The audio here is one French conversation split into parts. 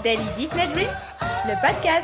Daily Disney Dream, le podcast.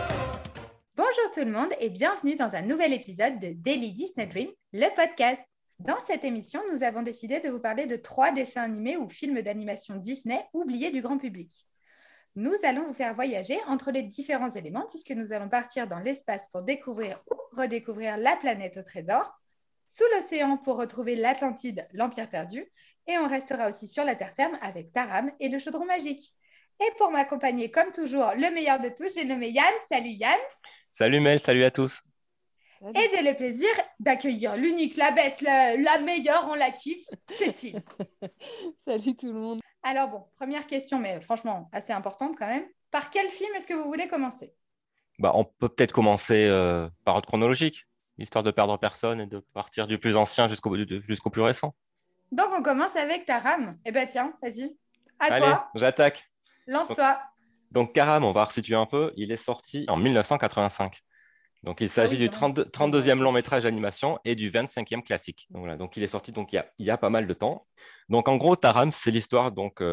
Bonjour tout le monde et bienvenue dans un nouvel épisode de Daily Disney Dream, le podcast. Dans cette émission, nous avons décidé de vous parler de 3 dessins animés ou films d'animation Disney oubliés du grand public. Nous allons vous faire voyager entre les différents éléments puisque nous allons partir dans l'espace pour découvrir ou redécouvrir la planète au trésor, sous l'océan pour retrouver l'Atlantide, l'Empire perdu, et on restera aussi sur la terre ferme avec Taram et le chaudron magique. Et pour m'accompagner comme toujours, le meilleur de tous, j'ai nommé Yann. Salut Yann. Salut Mel, salut à tous. Et j'ai le plaisir d'accueillir l'unique, la best, la meilleure, on la kiffe, Cécile. Salut tout le monde. Alors bon, première question, mais franchement assez importante quand même. Par quel film est-ce que vous voulez commencer ? On peut peut-être commencer par ordre chronologique, histoire de perdre personne et de partir du plus ancien jusqu'au plus récent. Donc on commence avec Taram. Eh bien tiens, vas-y, Allez, toi, j'attaque. lance-toi. Donc Karam, on va resituer un peu, il est sorti en 1985. Donc il s'agit du 32e long métrage d'animation et du 25e classique. Donc, voilà, donc il est sorti il y a pas mal de temps. Donc en gros, Taram, c'est l'histoire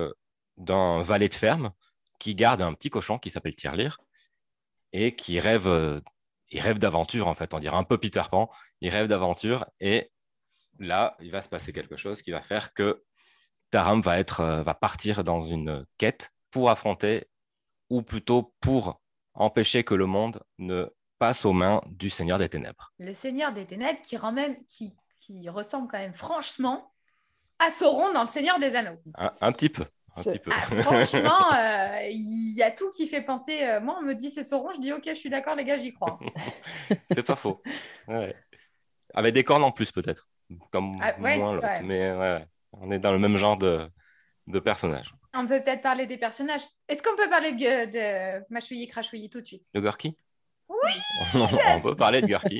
d'un valet de ferme qui garde un petit cochon qui s'appelle Tirelire et qui rêve d'aventure en fait, on dirait un peu Peter Pan. Il rêve d'aventure et là, il va se passer quelque chose qui va faire que Taram va partir dans une quête pour affronter, ou plutôt pour empêcher que le monde ne passe aux mains du Seigneur des Ténèbres. Le Seigneur des Ténèbres qui ressemble quand même franchement à Sauron dans le Seigneur des Anneaux. Un petit peu. Franchement, il y a tout qui fait penser. Moi, on me dit c'est Sauron, je dis ok, je suis d'accord, les gars, j'y crois. C'est pas faux. Ouais. Avec des cornes en plus, peut-être. Comme moins l'autre. Mais ouais, on est dans le même genre de personnage. On peut peut-être parler des personnages. Est-ce qu'on peut parler de Machouillis Crachouillis tout de suite ? De Gorky ? Oui. On peut parler de Gorky.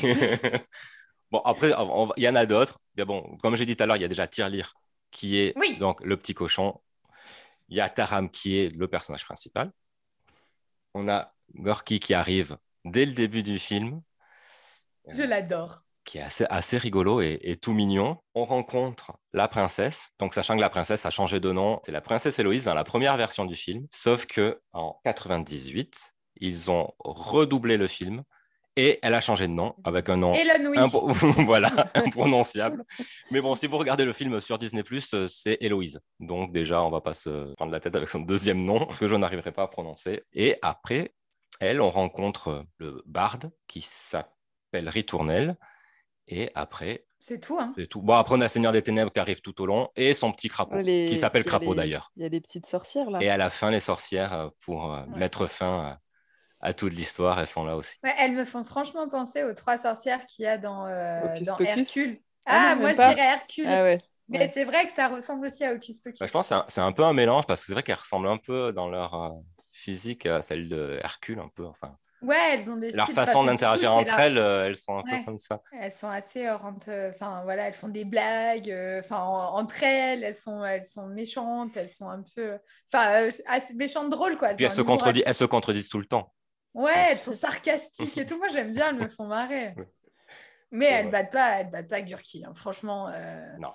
Bon, après, il y en a d'autres. Mais bon, comme j'ai dit tout à l'heure, il y a déjà Tirelire, qui est donc le petit cochon. Il y a Taram, qui est le personnage principal. On a Gorky qui arrive dès le début du film. Je l'adore. Qui est assez rigolo et tout mignon. On rencontre la princesse, donc sachant que la princesse a changé de nom, c'est la princesse Héloïse dans la première version du film, sauf qu'en 98, ils ont redoublé le film et elle a changé de nom avec un nom voilà, imprononciable. Mais bon, si vous regardez le film sur Disney+, c'est Héloïse. Donc déjà, on va pas se prendre la tête avec son deuxième nom que je n'arriverai pas à prononcer. Et après, on rencontre le barde qui s'appelle Ritournelle. Et après, c'est tout. C'est tout. Bon, après, on a Seigneur des Ténèbres qui arrive tout au long et son petit crapaud, qui s'appelle Crapaud d'ailleurs. Il y a des petites sorcières là. Et à la fin, les sorcières, pour mettre fin à toute l'histoire, elles sont là aussi. Ouais, elles me font franchement penser aux 3 sorcières qu'il y a dans Hercule. Non, moi, je dirais Hercule. Ah ouais. Mais c'est vrai que ça ressemble aussi à Hocus Pocus. Je pense que c'est un peu un mélange parce que c'est vrai qu'elles ressemblent un peu dans leur physique à celle de Hercule, un peu. Enfin. Ouais, elles ont des leur façon d'interagir entre elles, elles sont un peu comme ça. Elles sont assez enfin voilà, elles font des blagues, entre elles, elles sont méchantes, elles sont un peu, assez méchantes drôles quoi. Puis elles se contredisent tout le temps. Ouais, elles sont sarcastiques et tout. Moi j'aime bien, elles me font marrer. Mais elles battent pas Gurki, hein. Franchement. Non.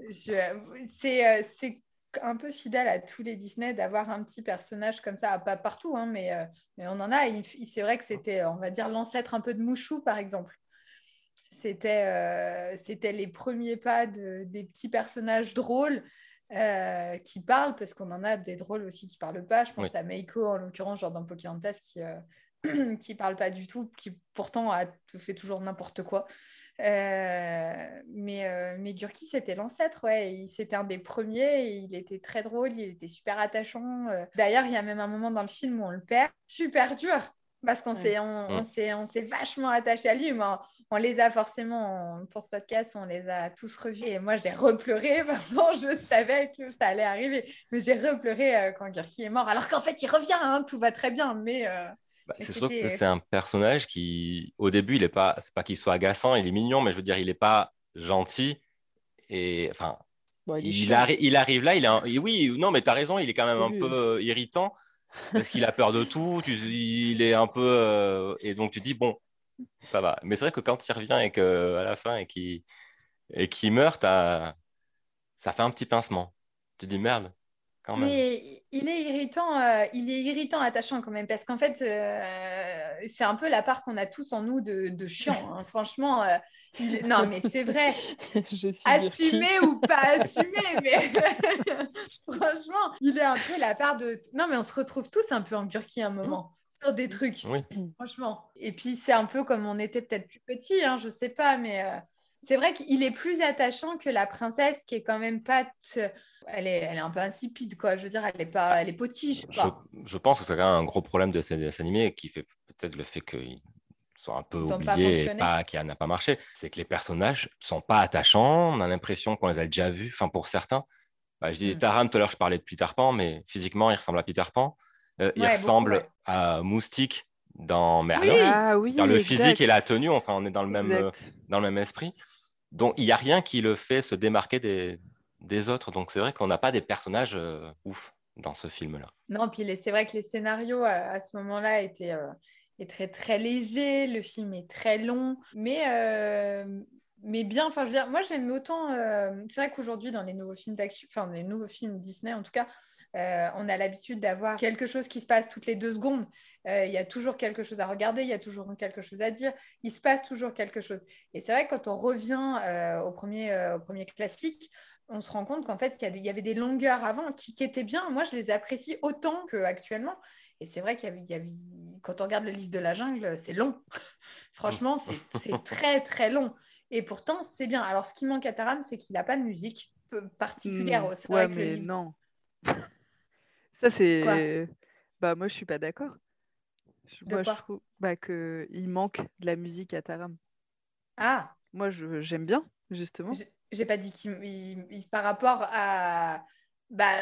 C'est un peu fidèle à tous les Disney d'avoir un petit personnage comme ça, pas partout, hein, mais on en a. C'est vrai que c'était, on va dire, l'ancêtre un peu de Mouchou, par exemple. C'était les premiers pas des petits personnages drôles qui parlent, parce qu'on en a des drôles aussi qui parlent pas. Je pense à Meiko, en l'occurrence, genre dans Pocahontas, qui parle pas du tout, qui pourtant fait toujours n'importe quoi. Mais Gurki, c'était l'ancêtre, ouais. C'était un des premiers, et il était très drôle, il était super attachant. D'ailleurs, il y a même un moment dans le film où on le perd, super dur, parce qu'on s'est vachement attaché à lui. Mais on les a forcément, pour ce podcast, on les a tous revus. Et moi, j'ai repleuré, maintenant, je savais que ça allait arriver. Mais j'ai repleuré quand Gurki est mort, alors qu'en fait, il revient, hein, tout va très bien, mais... c'est sûr que c'est un personnage qui, au début, c'est pas qu'il soit agaçant, il est mignon, mais je veux dire, il n'est pas gentil. Et enfin, il arrive là, oui, non, mais tu as raison, il est quand même un peu irritant parce qu'il a peur de tout. Il est un peu. Et donc, tu dis, bon, ça va. Mais c'est vrai que quand il revient et qu'à la fin, et qu'il meurt, ça fait un petit pincement. Tu dis, merde. quand même. Mais il est irritant, attachant quand même, parce qu'en fait, c'est un peu la part qu'on a tous en nous de chiant, hein. Franchement, non, mais c'est vrai. Je suis Burki. Assumer ou pas assumer, mais franchement, il est un peu la part de... Non, mais on se retrouve tous un peu en Burki à un moment, sur des trucs, Oui. franchement. Et puis, c'est un peu comme on était peut-être plus petit, hein, je sais pas, mais c'est vrai qu'il est plus attachant que la princesse, qui est quand même pas... elle est un peu insipide, quoi. Je veux dire, elle est potiche, Je, quoi. je pense que c'est quand même un gros problème de ces dessins animés qui fait peut-être le fait qu'ils sont un peu Ils n'ont pas oubliés et fonctionné. pas, qui n'a pas marché. C'est que les personnages sont pas attachants. On a l'impression qu'on les a déjà vus. Enfin, pour certains. Je dis Mm. Taram, tout à l'heure, je parlais de Peter Pan, mais physiquement, il ressemble à Peter Pan. Il Ouais, beaucoup, ressemble ouais. à Moustique dans Merlin. Oui! Ah Car oui, le physique et exact. la tenue, enfin, on est Exact. dans le même esprit. Donc, il n'y a rien qui le fait se démarquer des autres. Donc, c'est vrai qu'on n'a pas des personnages ouf dans ce film-là. Non, puis c'est vrai que les scénarios à ce moment-là est très très léger, le film est très long, mais bien. Enfin, je veux dire, moi j'aime autant. C'est vrai qu'aujourd'hui dans les nouveaux films d'action, enfin les nouveaux films Disney en tout cas, on a l'habitude d'avoir quelque chose qui se passe toutes les 2 secondes. Il y a toujours quelque chose à regarder, il y a toujours quelque chose à dire, il se passe toujours quelque chose. Et c'est vrai que quand on revient au premier classique, on se rend compte qu'en fait, il y avait des longueurs avant qui étaient bien. Moi, je les apprécie autant qu'actuellement. Et c'est vrai quand on regarde le livre de la jungle, c'est long. Franchement, c'est très, très long. Et pourtant, c'est bien. Alors, ce qui manque à Taram, c'est qu'il n'a pas de musique particulière. C'est Ouais, vrai que le mais livre... non. Ça, Quoi? c'est... Bah, moi, je suis pas d'accord. De Moi, je quoi? trouve que il manque de la musique à Taram. Ah, Moi, j'aime bien, justement. j'ai pas dit par rapport à... Bah,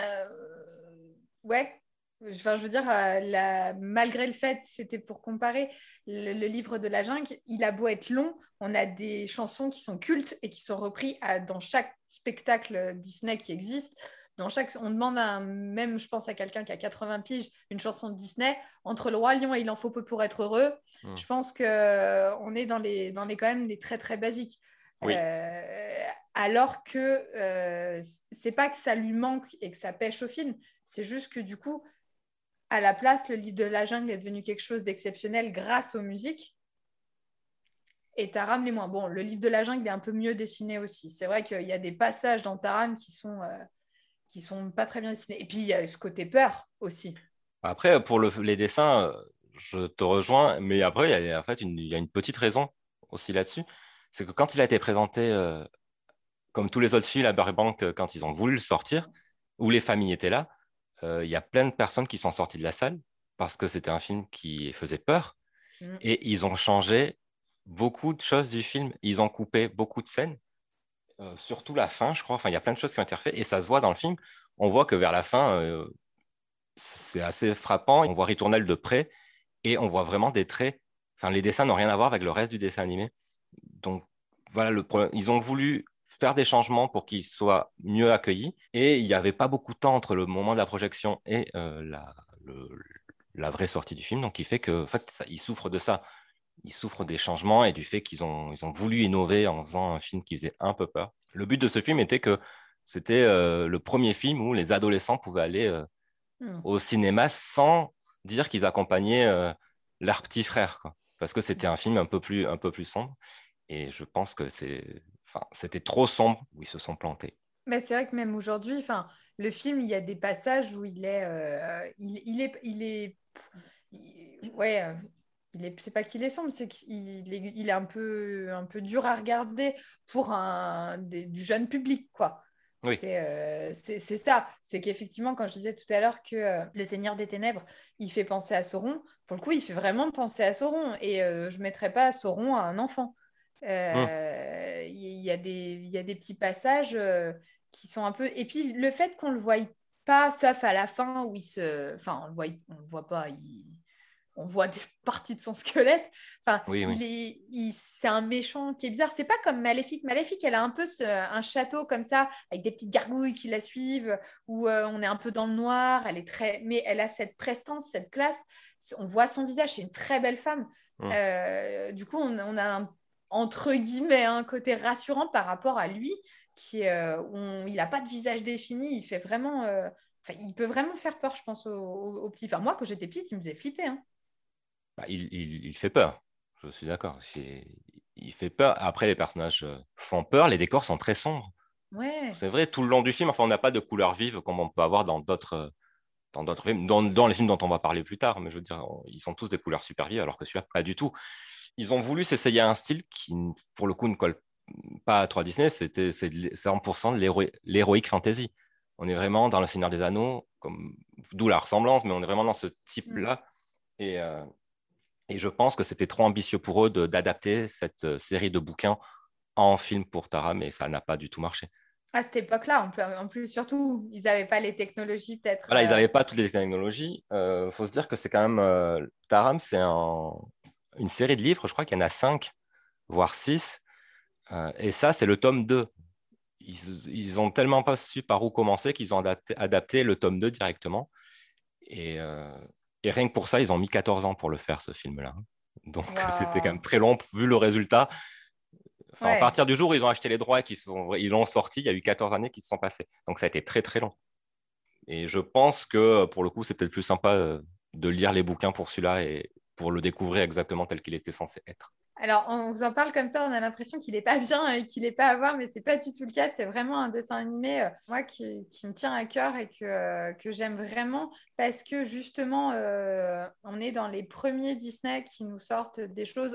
ouais. Enfin, je veux dire, malgré le fait, c'était pour comparer le livre de la jungle, il a beau être long, on a des chansons qui sont cultes et qui sont reprises dans chaque spectacle Disney qui existe. On demande même, je pense à quelqu'un qui a 80 piges, une chanson de Disney, entre Le Roi Lion et Il en faut peu pour être heureux. Mm. Je pense qu'on est dans les quand même des très très basiques. Oui. Alors que c'est pas que ça lui manque et que ça pêche au film, c'est juste que du coup, à la place, le livre de la jungle est devenu quelque chose d'exceptionnel grâce aux musiques. Et Taram les moins. Bon, le livre de la jungle est un peu mieux dessiné aussi. C'est vrai qu'il y a des passages dans Taram qui sont pas très bien dessinés. Et puis il y a ce côté peur aussi. Après, pour les dessins, je te rejoins, mais après, il y a une petite raison aussi là-dessus. C'est que quand il a été présenté, comme tous les autres films à Burbank, quand ils ont voulu le sortir, où les familles étaient là, il y a plein de personnes qui sont sorties de la salle parce que c'était un film qui faisait peur Mm. et ils ont changé beaucoup de choses du film. Ils ont coupé beaucoup de scènes, surtout la fin, je crois. Enfin, il y a plein de choses qui ont été refaites et ça se voit dans le film. On voit que vers la fin, c'est assez frappant. On voit Ritournelle de près et on voit vraiment des traits. Enfin, les dessins n'ont rien à voir avec le reste du dessin animé. Donc, voilà le problème. Ils ont voulu faire des changements pour qu'ils soient mieux accueillis et il n'y avait pas beaucoup de temps entre le moment de la projection et le- la vraie sortie du film. Donc, il fait que, en fait, ils souffrent de ça. Ils souffrent des changements et du fait ils ont voulu innover en faisant un film qui faisait un peu peur. Le but de ce film était que c'était le premier film où les adolescents pouvaient aller Mm. au cinéma sans dire qu'ils accompagnaient leur petit frère, quoi. Parce que c'était un film un peu plus sombre. Et je pense que c'était trop sombre où ils se sont plantés. Mais c'est vrai que même aujourd'hui, enfin, le film, il y a des passages où ouais, c'est pas qu'il est sombre, c'est qu'il est un peu dur à regarder pour du jeune public, quoi. Oui, C'est ça. C'est qu'effectivement, quand je disais tout à l'heure que le Seigneur des Ténèbres, il fait penser à Sauron, pour le coup, il fait vraiment penser à Sauron. Et je ne mettrais pas Sauron à un enfant. hum, Il y a des petits passages qui sont un peu... Et puis, le fait qu'on ne le voie pas, sauf à la fin, où il se... Enfin, on le voit pas, on voit des parties de son squelette. Enfin, oui, oui. c'est un méchant qui est bizarre. C'est pas comme Maléfique. Maléfique, elle a un peu un château comme ça, avec des petites gargouilles qui la suivent, où on est un peu dans le noir. Mais elle a cette prestance, cette classe. On voit son visage. C'est une très belle femme. Hum. Du coup, on a entre guillemets un côté rassurant par rapport à lui, il n'a pas de visage défini. Il fait vraiment il peut vraiment faire peur, je pense, aux petits. Enfin, moi, quand j'étais petite, il me faisait flipper. Hein. Il fait peur, je suis d'accord. Il fait peur. Après, les personnages font peur, les décors sont très sombres. Ouais. C'est vrai, tout le long du film, enfin, on n'a pas de couleurs vives comme on peut avoir dans d'autres films, dans les films dont on va parler plus tard, mais je veux dire, ils sont tous des couleurs super vives, alors que celui-là, pas du tout. Ils ont voulu s'essayer à un style qui, pour le coup, ne colle pas à 3 Disney, c'est 100% de l'héroïque fantasy. On est vraiment dans Le Seigneur des Anneaux, d'où la ressemblance, mais on est vraiment dans ce type-là. Et je pense que c'était trop ambitieux pour eux d'adapter cette série de bouquins en film pour Tara, mais ça n'a pas du tout marché. À cette époque-là, en plus, surtout, ils n'avaient pas les technologies peut-être. Voilà, ils n'avaient pas toutes les technologies. Faut se dire que c'est quand même Taram, c'est une série de livres, je crois qu'il y en a 5, voire 6. Et ça, c'est le tome 2. Ils ont tellement pas su par où commencer qu'ils ont adapté le tome 2 directement. Et rien que pour ça, ils ont mis 14 ans pour le faire, ce film-là. Donc, c'était quand même très long, vu le résultat. Enfin, à partir du jour où ils ont acheté les droits et ils l'ont sorti, il y a eu 14 années qui se sont passées. Donc, ça a été très, très long. Et je pense que, pour le coup, c'est peut-être plus sympa de lire les bouquins pour celui-là et pour le découvrir exactement tel qu'il était censé être. Alors, on vous en parle comme ça, on a l'impression qu'il n'est pas bien et qu'il n'est pas à voir, mais ce n'est pas du tout le cas. C'est vraiment un dessin animé, moi, qui me tient à cœur et que j'aime vraiment parce que, justement, on est dans les premiers Disney qui nous sortent des choses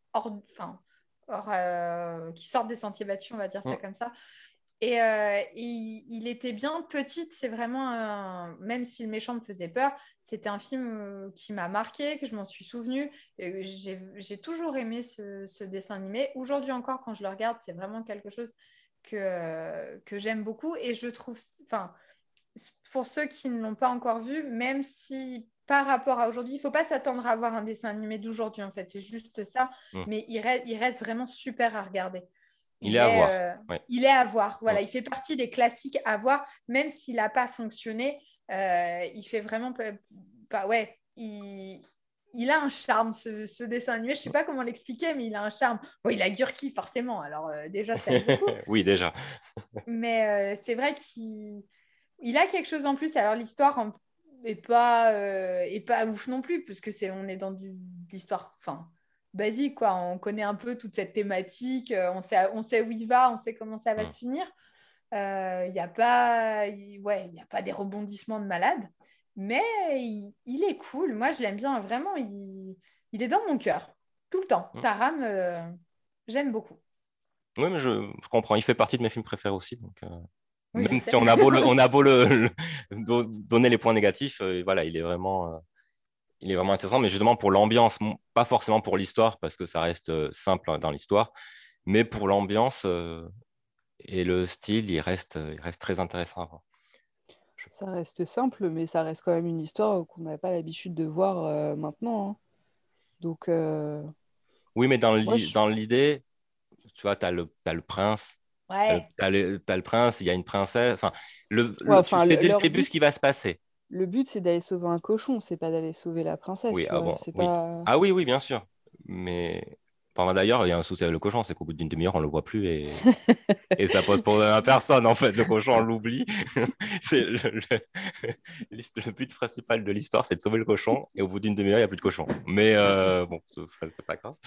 qui sortent des sentiers battus, on va dire ça comme ça. Et il était bien petite, c'est vraiment, même si le méchant me faisait peur, c'était un film qui m'a marqué, que je m'en suis souvenue. J'ai toujours aimé ce dessin animé. Aujourd'hui encore, quand je le regarde, c'est vraiment quelque chose que j'aime beaucoup. Et je trouve, enfin, pour ceux qui ne l'ont pas encore vu, même si par rapport à aujourd'hui, il ne faut pas s'attendre à voir un dessin animé d'aujourd'hui, en fait, c'est juste ça. Mais il reste vraiment super à regarder. Il est à voir. Il est à voir. Voilà, il fait partie des classiques à voir, même s'il n'a pas fonctionné. Il fait vraiment il a un charme, ce dessin animé. Je ne sais pas comment l'expliquer, mais il a un charme. Bon, il a Gurki, forcément. Alors, déjà, ça aide beaucoup. Oui, déjà. Mais c'est vrai qu'il a quelque chose en plus. Alors, l'histoire n'est pas ouf non plus, parce que on est dans de l'histoire basique, quoi. On connaît un peu toute cette thématique. On sait où il va, on sait comment ça va se finir. Il n'y a pas des rebondissements de malade, mais il est cool. Moi, je l'aime bien, vraiment. Il est dans mon cœur, tout le temps. Taram, j'aime beaucoup. Oui, mais je comprends. Il fait partie de mes films préférés aussi. Donc, oui, même si on a beau donner les points négatifs, voilà, il est vraiment intéressant. Mais justement, pour l'ambiance, pas forcément pour l'histoire, parce que ça reste simple dans l'histoire, mais pour l'ambiance et le style, il reste très intéressant à voir. Ça reste simple, mais ça reste quand même une histoire qu'on n'a pas l'habitude de voir maintenant. Hein. Donc, oui, mais dans l'idée, tu vois, tu as le prince. Ouais. T'as le prince, il y a une princesse. Enfin, tu sais dès le début ce qui va se passer. Le but, c'est d'aller sauver un cochon, c'est pas d'aller sauver la princesse. Oui, tu vois, pas... oui, bien sûr. Mais d'ailleurs, il y a un souci avec le cochon, c'est qu'au bout d'une demi-heure, on le voit plus et ça pose problème à personne. En fait, le cochon, on l'oublie. C'est le but principal de l'histoire, c'est de sauver le cochon et au bout d'une demi-heure, il n'y a plus de cochon. Mais bon, c'est pas grave.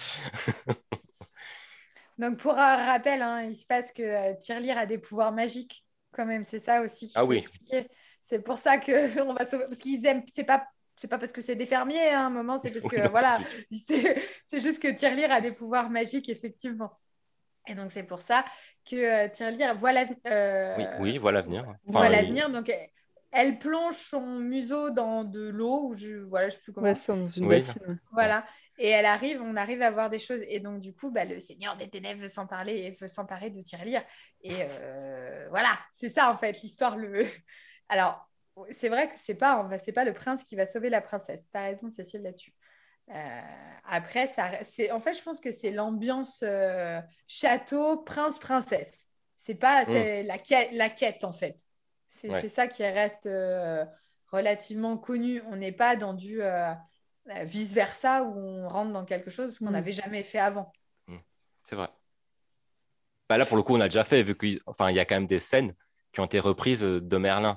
Donc, pour un rappel, hein, il se passe que Tirelire a des pouvoirs magiques, quand même. C'est ça aussi qu'il faut expliquer. C'est pour ça qu'on va sauver. Parce qu'ils aiment. C'est pas parce que c'est des fermiers à un moment, c'est parce que, voilà, c'est juste que Tirelire a des pouvoirs magiques, effectivement. Et donc, c'est pour ça que Tirelire voit l'avenir. Oui, voit l'avenir. Voit l'avenir. Donc, elle plonge son museau dans de l'eau, ou je sais plus comment. Ouais, c'est dans une bassine. Voilà. Et on arrive à voir des choses. Et donc, du coup, le Seigneur des Ténèbres veut s'emparer de Tirelire. Et voilà, c'est ça, en fait, l'histoire. Alors, c'est vrai que c'est pas le prince qui va sauver la princesse. T'as raison, Cécile, là-dessus. Après, en fait, je pense que c'est l'ambiance château, prince, princesse. C'est pas c'est la quête, en fait. C'est ça qui reste relativement connu. On n'est pas dans du vice-versa où on rentre dans quelque chose qu'on n'avait jamais fait avant. C'est vrai. Là, pour le coup, on a déjà fait, vu qu'il y a quand même des scènes qui ont été reprises de Merlin.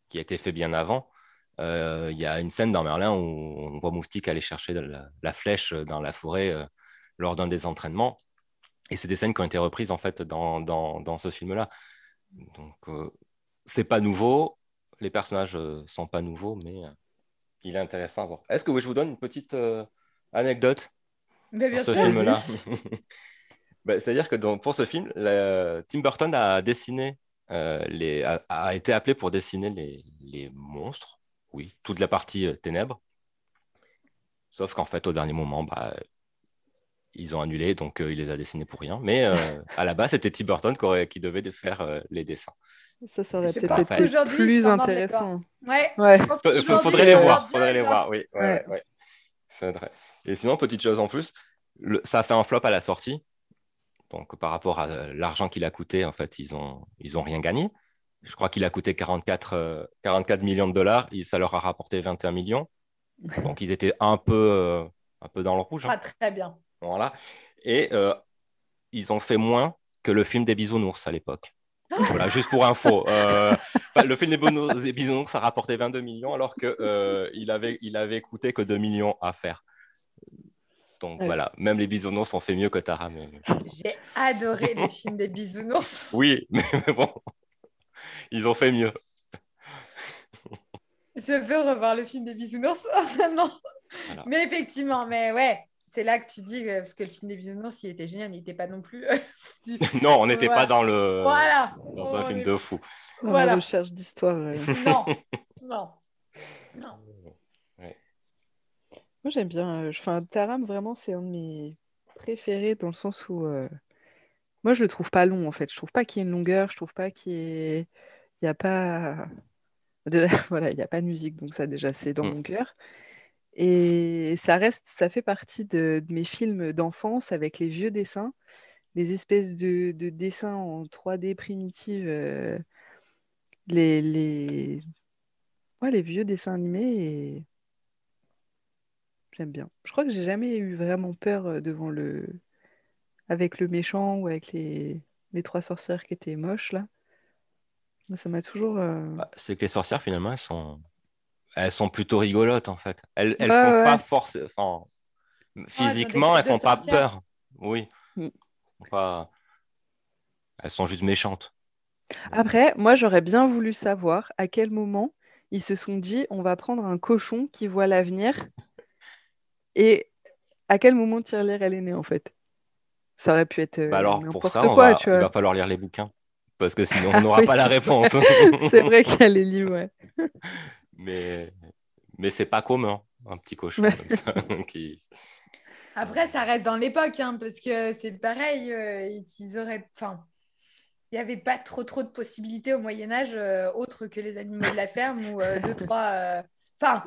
qui a été fait bien avant. Il y a une scène dans Merlin où on voit Moustique aller chercher la flèche dans la forêt lors d'un des entraînements. Et c'est des scènes qui ont été reprises en fait dans ce film-là. Donc, c'est pas nouveau. Les personnages sont pas nouveaux, mais il est intéressant à voir. Est-ce que je vous donne une petite anecdote Mais sur bien ce sûr. film-là? C'est-à-dire que pour ce film, Tim Burton a dessiné, a été appelé pour dessiner les monstres, oui, toute la partie ténèbres. Sauf qu'en fait, au dernier moment, ils ont annulé, donc il les a dessinés pour rien. Mais à la base, c'était Tim Burton qui devait faire les dessins. Ça aurait Je peut-être pense été qu'aujourd'hui, ils plus s'en mordent les doigts. intéressant. Ouais, Ouais. je pense qu'aujourd'hui, Faudrait les ils voir, mordent bien faudrait les les doigts. voir, oui. Ouais. C'est vrai. Et sinon, petite chose en plus, ça a fait un flop à la sortie. Donc, par rapport à l'argent qu'il a coûté, en fait, ils ont rien gagné. Je crois qu'il a coûté 44 millions de dollars. Ça leur a rapporté 21 millions. Donc, ils étaient un peu dans le rouge. Pas très bien. Voilà. Et ils ont fait moins que le film des Bisounours à l'époque. Voilà, juste pour info. Le film des Bisounours, ça a rapporté 22 millions alors qu'il avait coûté que 2 millions à faire. Donc voilà, même les Bisounours ont fait mieux que Tara. Mais... J'ai adoré les films des Bisounours. Oui, mais bon, ils ont fait mieux. Je veux revoir le film des Bisounours, vraiment. Voilà. Mais effectivement, mais ouais, c'est là que tu dis, parce que le film des Bisounours, il était génial, mais il n'était pas non plus. Non, on n'était pas Voilà. dans un film de fou. Dans Voilà. la recherche d'histoire. Non. Ouais. Moi, j'aime bien. Taram, vraiment, c'est un de mes préférés dans le sens où. Moi, je le trouve pas long, en fait. Je trouve pas qu'il y ait une longueur. Je trouve pas qu'il y ait. Il n'y a pas. Voilà, il n'y a pas de musique, donc ça, déjà, c'est dans mon cœur. Et ça fait partie de mes films d'enfance avec les vieux dessins, les espèces de dessins en 3D primitifs, les... Ouais, les vieux dessins animés, et j'aime bien. Je crois que j'ai jamais eu vraiment peur avec le méchant ou avec les trois sorcières qui étaient moches, là. Ça m'a toujours... C'est que les sorcières, finalement, elles sont plutôt rigolotes, en fait. Elles Ouais, font ouais. pas forcément... Enfin, Elles ont des physiquement, têtes elles de font pas sorcières. peur. Oui. Mm. Elles sont juste méchantes. Après, moi, j'aurais bien voulu savoir à quel moment ils se sont dit on va prendre un cochon qui voit l'avenir et à quel moment Tirelire elle est née en fait. Ça aurait pu être Alors, pour ça, n'importe quoi, tu il vois. va falloir lire les bouquins. Parce que sinon, on Ah n'aura oui, pas la réponse. c'est vrai qu'il y a les livres, ouais. Mais c'est pas commun, un petit cochon comme ça. Après, ça reste dans l'époque, hein, parce que c'est pareil, ils auraient. Enfin, il n'y avait pas trop de possibilités au Moyen-Âge, autres que les animaux de la ferme ou deux, trois. Enfin,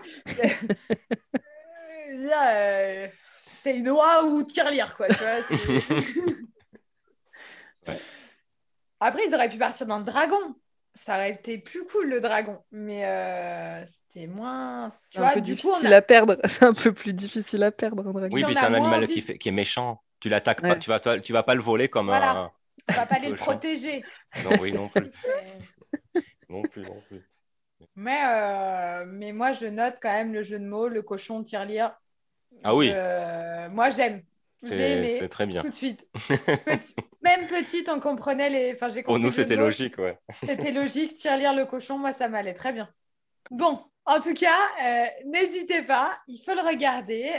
c'était une oie ou tirelire, quoi, tu vois. Ouais. Après, ils auraient pu partir dans le dragon. Ça aurait été plus cool, le dragon. Mais c'était moins. Tu C'est un vois, peu du coup, difficile à perdre. C'est un peu plus difficile à perdre un dragon. Oui, on puis c'est a un moins animal envie. qui est méchant. Tu l'attaques pas, Ouais. tu vas pas le voler comme Voilà. On va pas les cochon. protéger. Non, oui, non plus. Non plus. Mais moi, je note quand même le jeu de mots, le cochon tirelire. Ah oui, Moi, j'aime. J'ai aimé c'est très bien. tout de suite. Même petite, on comprenait les. Enfin, j'ai Pour compris nous, le jeu de c'était mots. logique, ouais. C'était logique. Tirelire le cochon, moi, ça m'allait très bien. Bon, en tout cas, n'hésitez pas, il faut le regarder.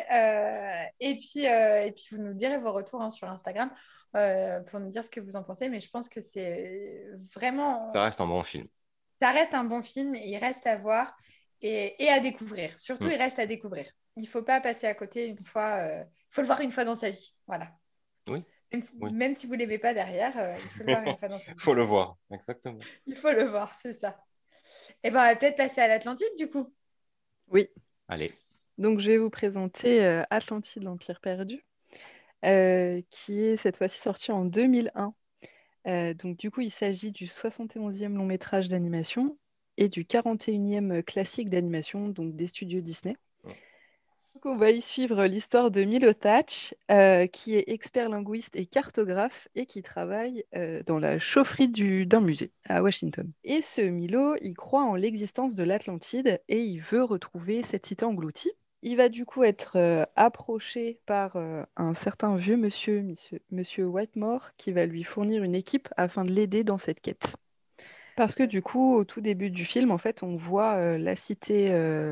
Et puis, vous nous direz vos retours sur Instagram pour nous dire ce que vous en pensez. Mais je pense que c'est vraiment. Ça reste un bon film. Ça reste un bon film, il reste à voir et à découvrir. Surtout, il reste à découvrir. Il ne faut pas passer à côté une fois. Il faut le voir une fois dans sa vie. Voilà. Oui. Même si vous ne l'aimez pas derrière, il faut le voir une fois dans sa vie. Il faut le voir, exactement. Il faut le voir, c'est ça. Et ben, on va peut-être passer à l'Atlantide, du coup. Oui. Allez. Donc, je vais vous présenter Atlantide, l'Empire perdu, qui est cette fois-ci sorti en 2001. Donc, du coup, il s'agit du 71e long métrage d'animation et du 41e classique d'animation, donc des studios Disney. On va y suivre l'histoire de Milo Thatch, qui est expert linguiste et cartographe et qui travaille dans la chaufferie d'un musée à Washington. Et ce Milo, il croit en l'existence de l'Atlantide et il veut retrouver cette cité engloutie. Il va du coup être approché par un certain vieux monsieur Whitemore, qui va lui fournir une équipe afin de l'aider dans cette quête. Parce que du coup, au tout début du film, en fait, on voit la cité,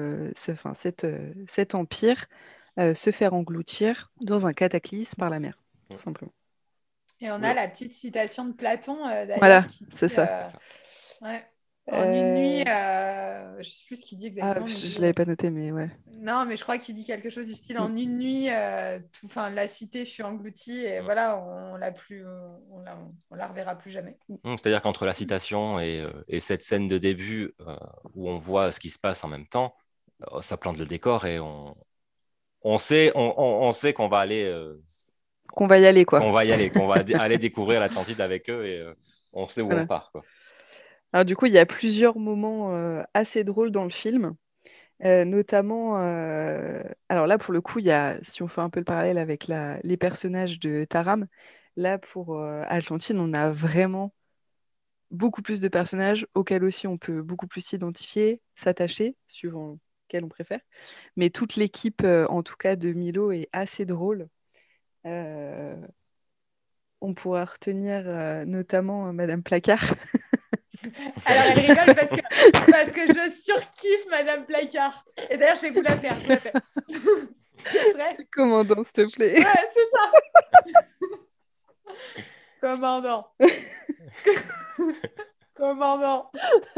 cet empire se faire engloutir dans un cataclysme par la mer, tout simplement. Et on a la petite citation de Platon, d'ailleurs, Voilà, qui c'est dit, ça. ouais, en une nuit, Euh, je ne sais plus ce qu'il dit Ah, exactement, mais il je dit, ne l'avais pas noté, mais ouais. non, mais je crois qu'il dit quelque chose du style, en une nuit, la cité fut engloutie et voilà, on la reverra plus jamais. C'est-à-dire qu'entre la citation et cette scène de début où on voit ce qui se passe en même temps, ça plante le décor et on sait qu'on va aller Qu'on va y aller, quoi. qu'on va aller découvrir l'Atlantide avec eux et on sait où Voilà. on part, quoi. Alors du coup, il y a plusieurs moments assez drôles dans le film. Notamment, alors là pour le coup, si on fait un peu le parallèle avec les personnages de Taram, là pour Atlantide, on a vraiment beaucoup plus de personnages auxquels aussi on peut beaucoup plus s'identifier, s'attacher, suivant quel on préfère. Mais toute l'équipe, en tout cas de Milo, est assez drôle. On pourra retenir notamment Madame Placard. Alors, elle rigole parce que je surkiffe Madame Placard. Et d'ailleurs, je vais vous la faire. Je vous la fais. Prêt ? Commandant, s'il te plaît. Ouais, c'est ça. Commandant. Commandant.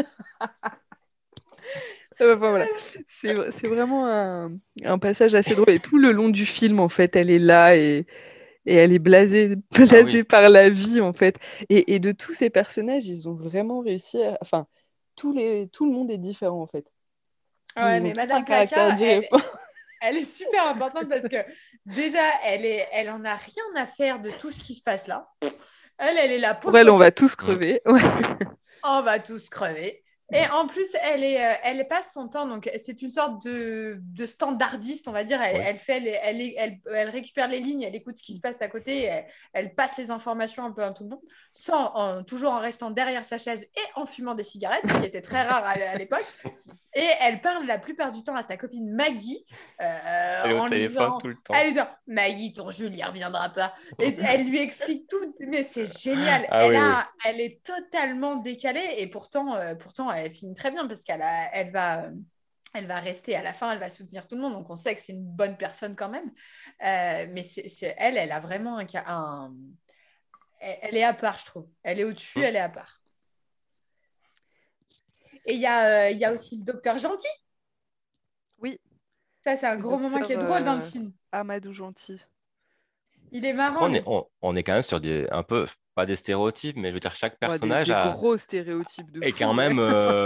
Enfin, voilà. C'est vraiment un passage assez drôle. Et tout le long du film, en fait, elle est là et elle est blasée oui. par la vie, en fait. Et de tous ces personnages, ils ont vraiment réussi à... Enfin, tout le monde est différent, en fait. Ouais, Ils ont mais tous un Madame caractère Placard, différent. elle est super importante parce que déjà, elle en a rien à faire de tout ce qui se passe là. Elle est là pour Pour elle, le on va tous crever. Ouais. On va tous crever. Et en plus, elle passe son temps, donc c'est une sorte de standardiste, on va dire. Oui. Elle récupère les lignes, elle écoute ce qui se passe à côté, elle passe les informations un peu à tout le monde, toujours en restant derrière sa chaise et en fumant des cigarettes, ce qui était très rare à l'époque. Et elle parle la plupart du temps à sa copine Maggie. Elle est au téléphone tout le temps. Elle lui dit Maggie, ton Jules, il ne reviendra pas. Et elle lui explique tout, mais c'est génial. Ah, oui. Elle est totalement décalée et pourtant elle finit très bien parce elle va rester à la fin, elle va soutenir tout le monde. Donc on sait que c'est une bonne personne quand même. Mais elle a vraiment elle est à part, je trouve. Elle est au-dessus, elle est à part. Et il y a aussi le docteur Gentil. Oui. Ça, c'est un gros moment qui est drôle dans le film. Amadou Gentil. Il est marrant. Après, on est quand même sur un peu, pas des stéréotypes, mais je veux dire, chaque personnage des gros stéréotypes de est fou, quand même.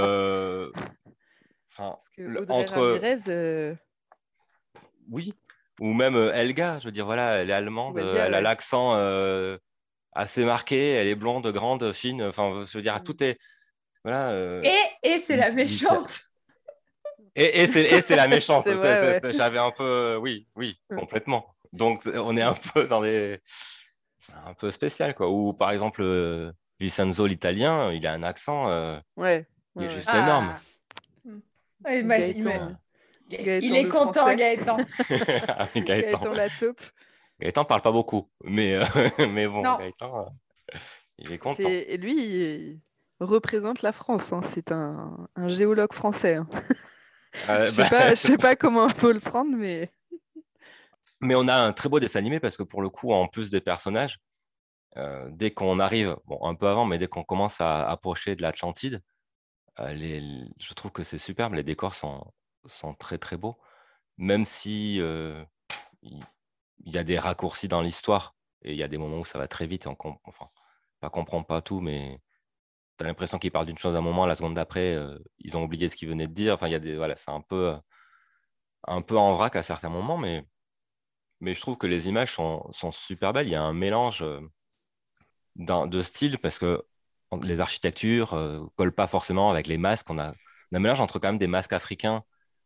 Parce que Audrey Ramirez. Oui. Ou même Helga, je veux dire, voilà, elle est allemande, elle a l'accent assez marqué, elle est blonde, grande, fine. Enfin, je veux dire, tout est. Voilà, et c'est la méchante. Et c'est la méchante. C'est vrai, ouais. J'avais un peu. Oui, complètement. Donc, on est un peu dans des. C'est un peu spécial, quoi. Ou par exemple, Vincenzo l'italien, il a un accent. Il est juste énorme. Ouais, Gaëtan, il est content, Gaëtan. Gaëtan la taupe. Gaëtan parle pas beaucoup, mais bon, Non. Gaëtan, il est content. Et lui, il représente la France. Hein. C'est un géologue français. Hein. Je sais pas comment il faut le prendre, mais... Mais on a un très beau dessin animé parce que pour le coup, en plus des personnages, dès qu'on arrive, un peu avant, mais dès qu'on commence à approcher de l'Atlantide, je trouve que c'est superbe. Les décors sont très très beaux, même si il y a des raccourcis dans l'histoire et il y a des moments où ça va très vite. On comprend pas tout, mais tu as l'impression qu'ils parlent d'une chose à un moment, la seconde d'après, ils ont oublié ce qu'ils venaient de dire. Enfin, c'est un peu en vrac à certains moments, mais je trouve que les images sont super belles. Il y a un mélange de style parce que les architectures collent pas forcément avec les masques. On a un mélange entre quand même des masques africains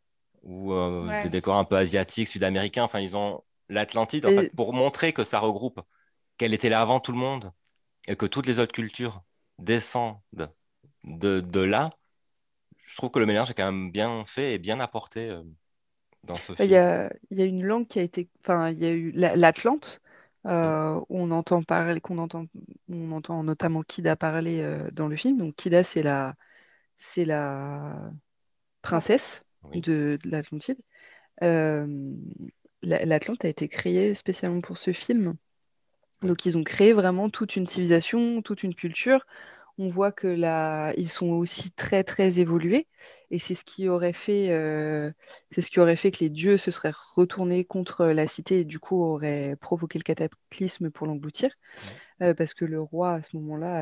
ou des Ouais. décors un peu asiatiques, sud-américains. Enfin, ils ont l'Atlantide, en fait, Et, pour montrer que ça regroupe, qu'elle était là avant tout le monde et que toutes les autres cultures descendent de là. Je trouve que le mélange est quand même bien fait et bien apporté dans ce il y film. a, il y a une langue qui a été... Enfin, il y a eu l'Atlante, Mm. où on entend parler, on entend notamment Kida parler dans le film. Donc Kida, c'est la Princesse. princesse Oui. de l'Atlantide. Euh, L'Atlante a été créée spécialement pour ce film. Oui. Donc ils ont créé vraiment toute une civilisation, toute une culture. On voit que là, ils sont aussi très très évolués, et c'est ce qui aurait fait que les dieux se seraient retournés contre la cité et du coup auraient provoqué le cataclysme pour l'engloutir, Mm. parce que le roi à ce moment-là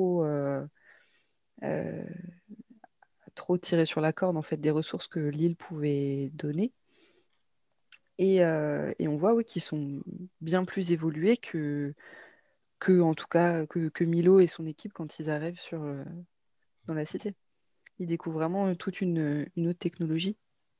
euh, a trop tiré sur la corde en fait des ressources que l'île pouvait donner. Et on voit oui, qu'ils sont bien plus évolués que en tout cas que Milo et son équipe quand ils arrivent dans la cité. Ils découvrent vraiment toute une autre technologie.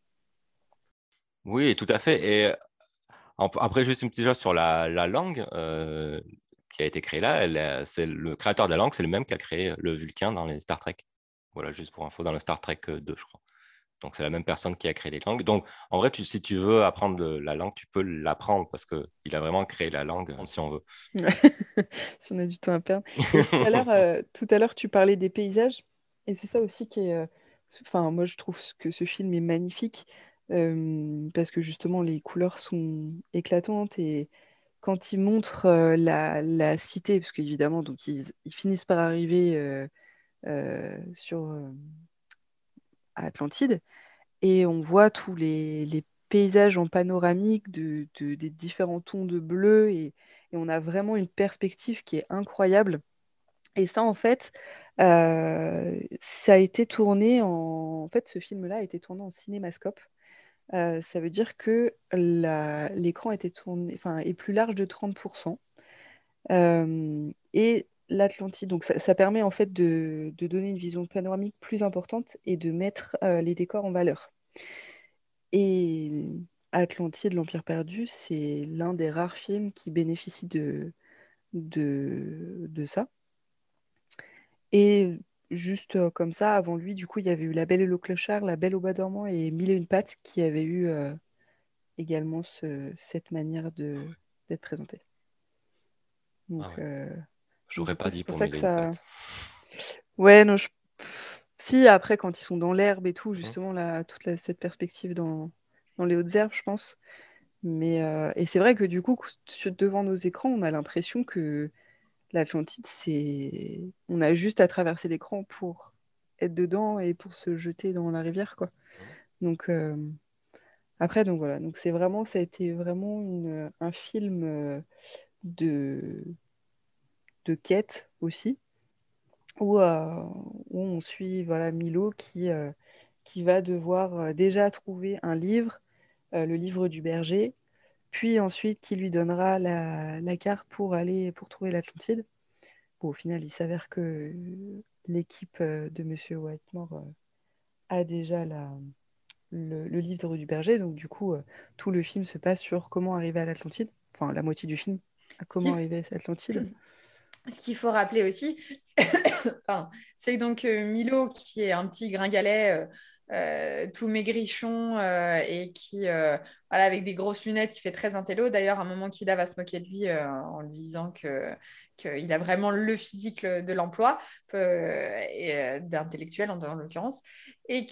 Oui, tout à fait. Et après, juste une petite chose sur la langue qui a été créée là. C'est le créateur de la langue, c'est le même qui a créé le Vulcain dans les Star Trek. Voilà, juste pour info, dans le Star Trek 2, je crois. Donc, c'est la même personne qui a créé les langues. Donc, en vrai, si tu veux apprendre la langue, tu peux l'apprendre parce qu'il a vraiment créé la langue, si on veut. Si on a du temps à perdre. Et tout à l'heure, tu parlais des paysages, et c'est ça aussi qui est. Enfin, moi, je trouve que ce film est magnifique, parce que justement, les couleurs sont éclatantes, et quand ils montrent la cité, parce qu'évidemment, donc ils finissent par arriver à Atlantide, et on voit tous les paysages en panoramique des différents tons de bleu, et on a vraiment une perspective qui est incroyable. Et ça, en fait, ça a été tourné en fait, ce film-là a été tourné en cinémascope. Ça veut dire que l'écran était tourné, enfin, est plus large de 30%. Et l'Atlantide, donc ça permet en fait de donner une vision panoramique plus importante et de mettre les décors en valeur. Et Atlantide, l'Empire perdu, c'est l'un des rares films qui bénéficie de ça. Et juste comme ça, avant lui, du coup, il y avait eu La Belle et le Clochard, La Belle au Bois dormant et Mille et une pattes qui avaient eu également cette manière d'être présentés. Ah Donc, ouais. du J'aurais coup, pas c'est dit pour pour ça mille que et une ça. pattes. Ouais, non, si, après, quand ils sont dans l'herbe et tout, Mhm. justement, là, cette perspective dans les hautes herbes, je pense. Et c'est vrai que du coup, devant nos écrans, on a l'impression que l'Atlantide, on a juste à traverser l'écran pour être dedans et pour se jeter dans la rivière, quoi. Donc, après, donc voilà. Donc, ça a été vraiment un film de, de quête aussi, où on suit voilà, Milo qui va devoir déjà trouver un livre, le livre du berger, puis ensuite qui lui donnera la carte pour trouver l'Atlantide. Bon, au final, il s'avère que l'équipe de Monsieur Whitemore a déjà le livre du berger, donc du coup, tout le film se passe sur comment arriver à l'Atlantide, enfin la moitié du film, à Ce comment qu'il arriver à l'Atlantide. ce qu'il faut rappeler aussi, pardon, c'est que donc Milo, qui est un petit gringalet tout maigrichon et qui, voilà, avec des grosses lunettes, il fait très intello. D'ailleurs, à un moment, Kida va se moquer de lui en lui disant qu'il a vraiment le physique de l'emploi, d'intellectuel en l'occurrence, et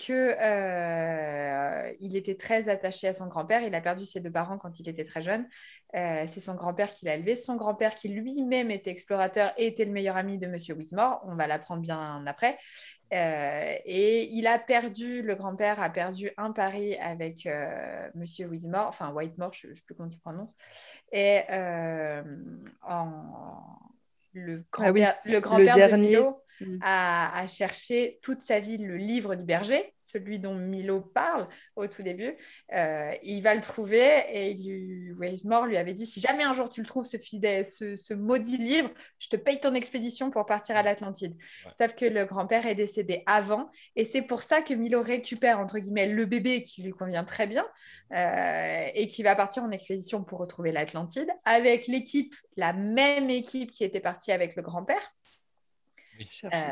il était très attaché à son grand-père. Il a perdu ses deux parents quand il était très jeune. C'est son grand-père qui l'a élevé. Son grand-père, qui lui-même était explorateur et était le meilleur ami de Monsieur Wismore, on va l'apprendre bien après. Et le grand-père a perdu un pari avec Monsieur Wismore, enfin Whitemore, je ne sais plus comment tu prononces. Et Ah oui, le le grand-père de dernier, Milo. à chercher toute sa vie le livre du berger, celui dont Milo parle au tout début. Il va le trouver et Whitmore lui avait dit, si jamais un jour tu le trouves, ce maudit livre, je te paye ton expédition pour partir à l'Atlantide. Ouais. Sauf que le grand-père est décédé avant et c'est pour ça que Milo récupère, entre guillemets, le bébé qui lui convient très bien et qui va partir en expédition pour retrouver l'Atlantide avec l'équipe, la même équipe qui était partie avec le grand-père. Oui.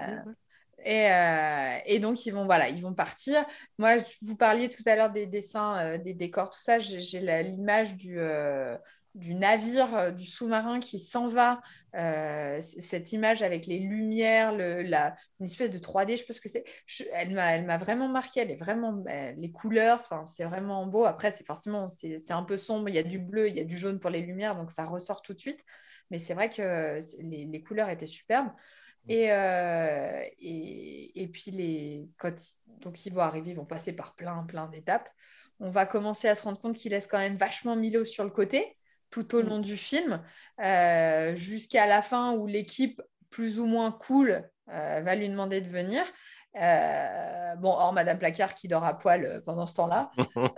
Et donc, ils vont partir. Moi, vous parliez tout à l'heure des dessins, des décors, tout ça. J'ai l'image du navire, du sous-marin qui s'en va. Cette image avec les lumières, une espèce de 3D, je sais pas ce que c'est. Elle m'a vraiment marqué. Elle est vraiment, les couleurs, c'est vraiment beau. Après, c'est un peu sombre. Il y a du bleu, il y a du jaune pour les lumières, donc ça ressort tout de suite. Mais c'est vrai que les couleurs étaient superbes. Et puis, donc ils vont arriver, ils vont passer par plein d'étapes. On va commencer à se rendre compte qu'il laisse quand même vachement Milo sur le côté tout au long du film, jusqu'à la fin où l'équipe plus ou moins cool va lui demander de venir. Or Madame Placard qui dort à poil pendant ce temps-là.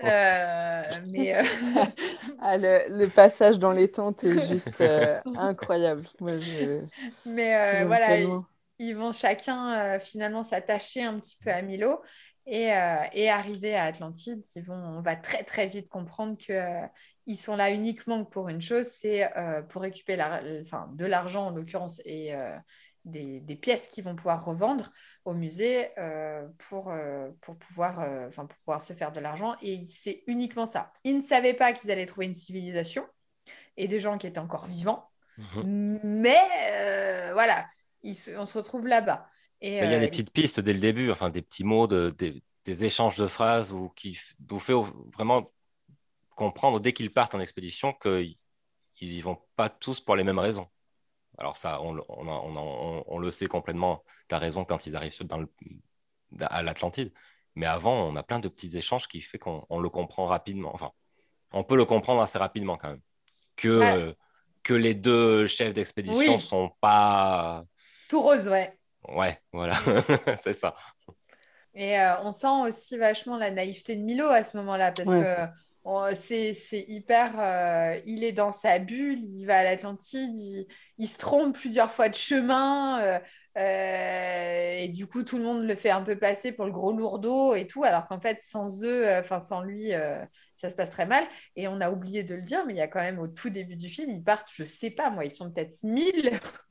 Le passage dans les tentes est juste incroyable. Moi, mais voilà, ils vont chacun finalement s'attacher un petit peu à Milo et arriver à Atlantide. On va très très vite comprendre qu'ils sont là uniquement pour une chose, c'est pour récupérer de l'argent en l'occurrence et des pièces qu'ils vont pouvoir revendre au musée pour pouvoir se faire de l'argent. Et c'est uniquement ça. Ils ne savaient pas qu'ils allaient trouver une civilisation et des gens qui étaient encore vivants. Mais voilà, on se retrouve là-bas. Il y a des petites pistes dès le début, enfin des petits mots, des échanges de phrases qui vous fait vraiment comprendre dès qu'ils partent en expédition qu'ils n'y vont pas tous pour les mêmes raisons. Alors ça, on le sait complètement, tu as raison, quand ils arrivent à l'Atlantide. Mais avant, on a plein de petits échanges qui fait qu'on le comprend rapidement. Enfin, on peut le comprendre assez rapidement quand même. Que les deux chefs d'expédition sont pas... Tout rose, ouais. Ouais, voilà, c'est ça. Et on sent aussi vachement la naïveté de Milo à ce moment-là, parce que c'est hyper... il est dans sa bulle, il va à l'Atlantide, il se trompe plusieurs fois de chemin, et du coup, tout le monde le fait un peu passer pour le gros lourdeau et tout, alors qu'en fait, sans lui, ça se passe très mal. Et on a oublié de le dire, mais il y a quand même au tout début du film, ils partent, je sais pas moi, ils sont peut-être 1000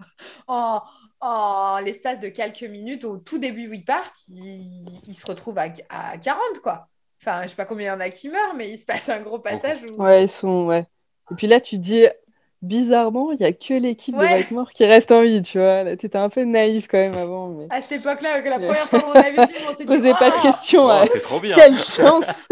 en l'espace de quelques minutes. Au tout début où ils partent, ils se retrouvent à 40, quoi. Enfin, je sais pas combien il y en a qui meurent, mais il se passe un gros passage où... Ouais, ils sont... Ouais. Et puis là, tu dis... Bizarrement, il n'y a que l'équipe de Whitmore qui reste en vie, tu vois. Tu étais un peu naïf quand même avant. Mais... À cette époque-là, la première fois qu'on a vu le film, on s'est dit... Posez pas de questions. C'est trop bien. Quelle chance.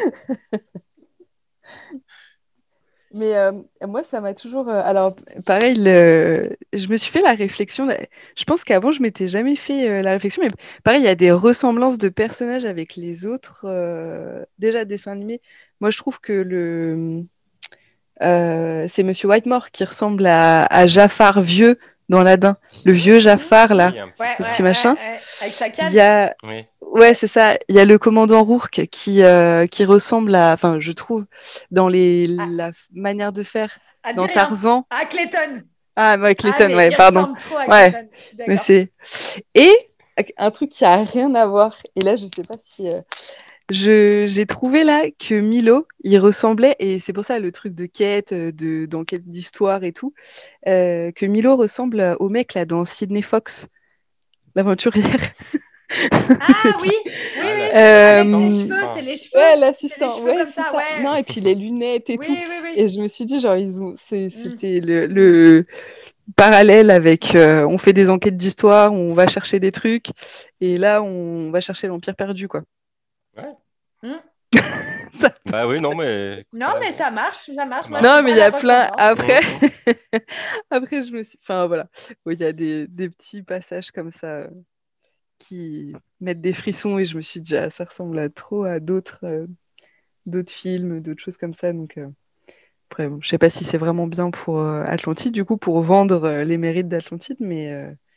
Mais moi, ça m'a toujours... alors, pareil, je me suis fait la réflexion... Je pense qu'avant, je m'étais jamais fait la réflexion, mais pareil, il y a des ressemblances de personnages avec les autres, déjà dessins animés. Moi, je trouve que c'est Monsieur Whitmore qui ressemble à Jafar vieux dans l'Aladin. Le vieux Jafar, là, ce petit machin. Avec sa canne. Ouais, c'est ça. Il y a le commandant Rourke qui ressemble à... Enfin, je trouve, dans la manière de faire, dans Tarzan. Ah, Clayton. Ah, ouais, Clayton, ouais, pardon. Il ressemble trop à Clayton. Mais c'est... Et un truc qui a rien à voir, et là, je sais pas si... J'ai trouvé là que Milo, il ressemblait, et c'est pour ça le truc de quête, d'enquête d'histoire et tout, que Milo ressemble au mec là dans Sydney Fox, l'aventurière. Ah oui. Avec ses cheveux, c'est les cheveux. Ouais, l'assistant. C'est les cheveux comme ça, ouais. Non, et puis les lunettes et tout. Oui. Et je me suis dit, genre, c'était le parallèle avec on fait des enquêtes d'histoire, on va chercher des trucs, et là, on va chercher l'Empire perdu, quoi. Ouais. Bah oui, non, mais... Non, mais ça marche. Moi, non, mais il y a plein... Après, après, je me suis... Enfin, voilà. Il y a des petits passages comme ça qui mettent des frissons, et je me suis dit, ça ressemble trop à d'autres films, d'autres choses comme ça, donc... Après, je sais pas si c'est vraiment bien pour Atlantide, du coup, pour vendre les mérites d'Atlantide, mais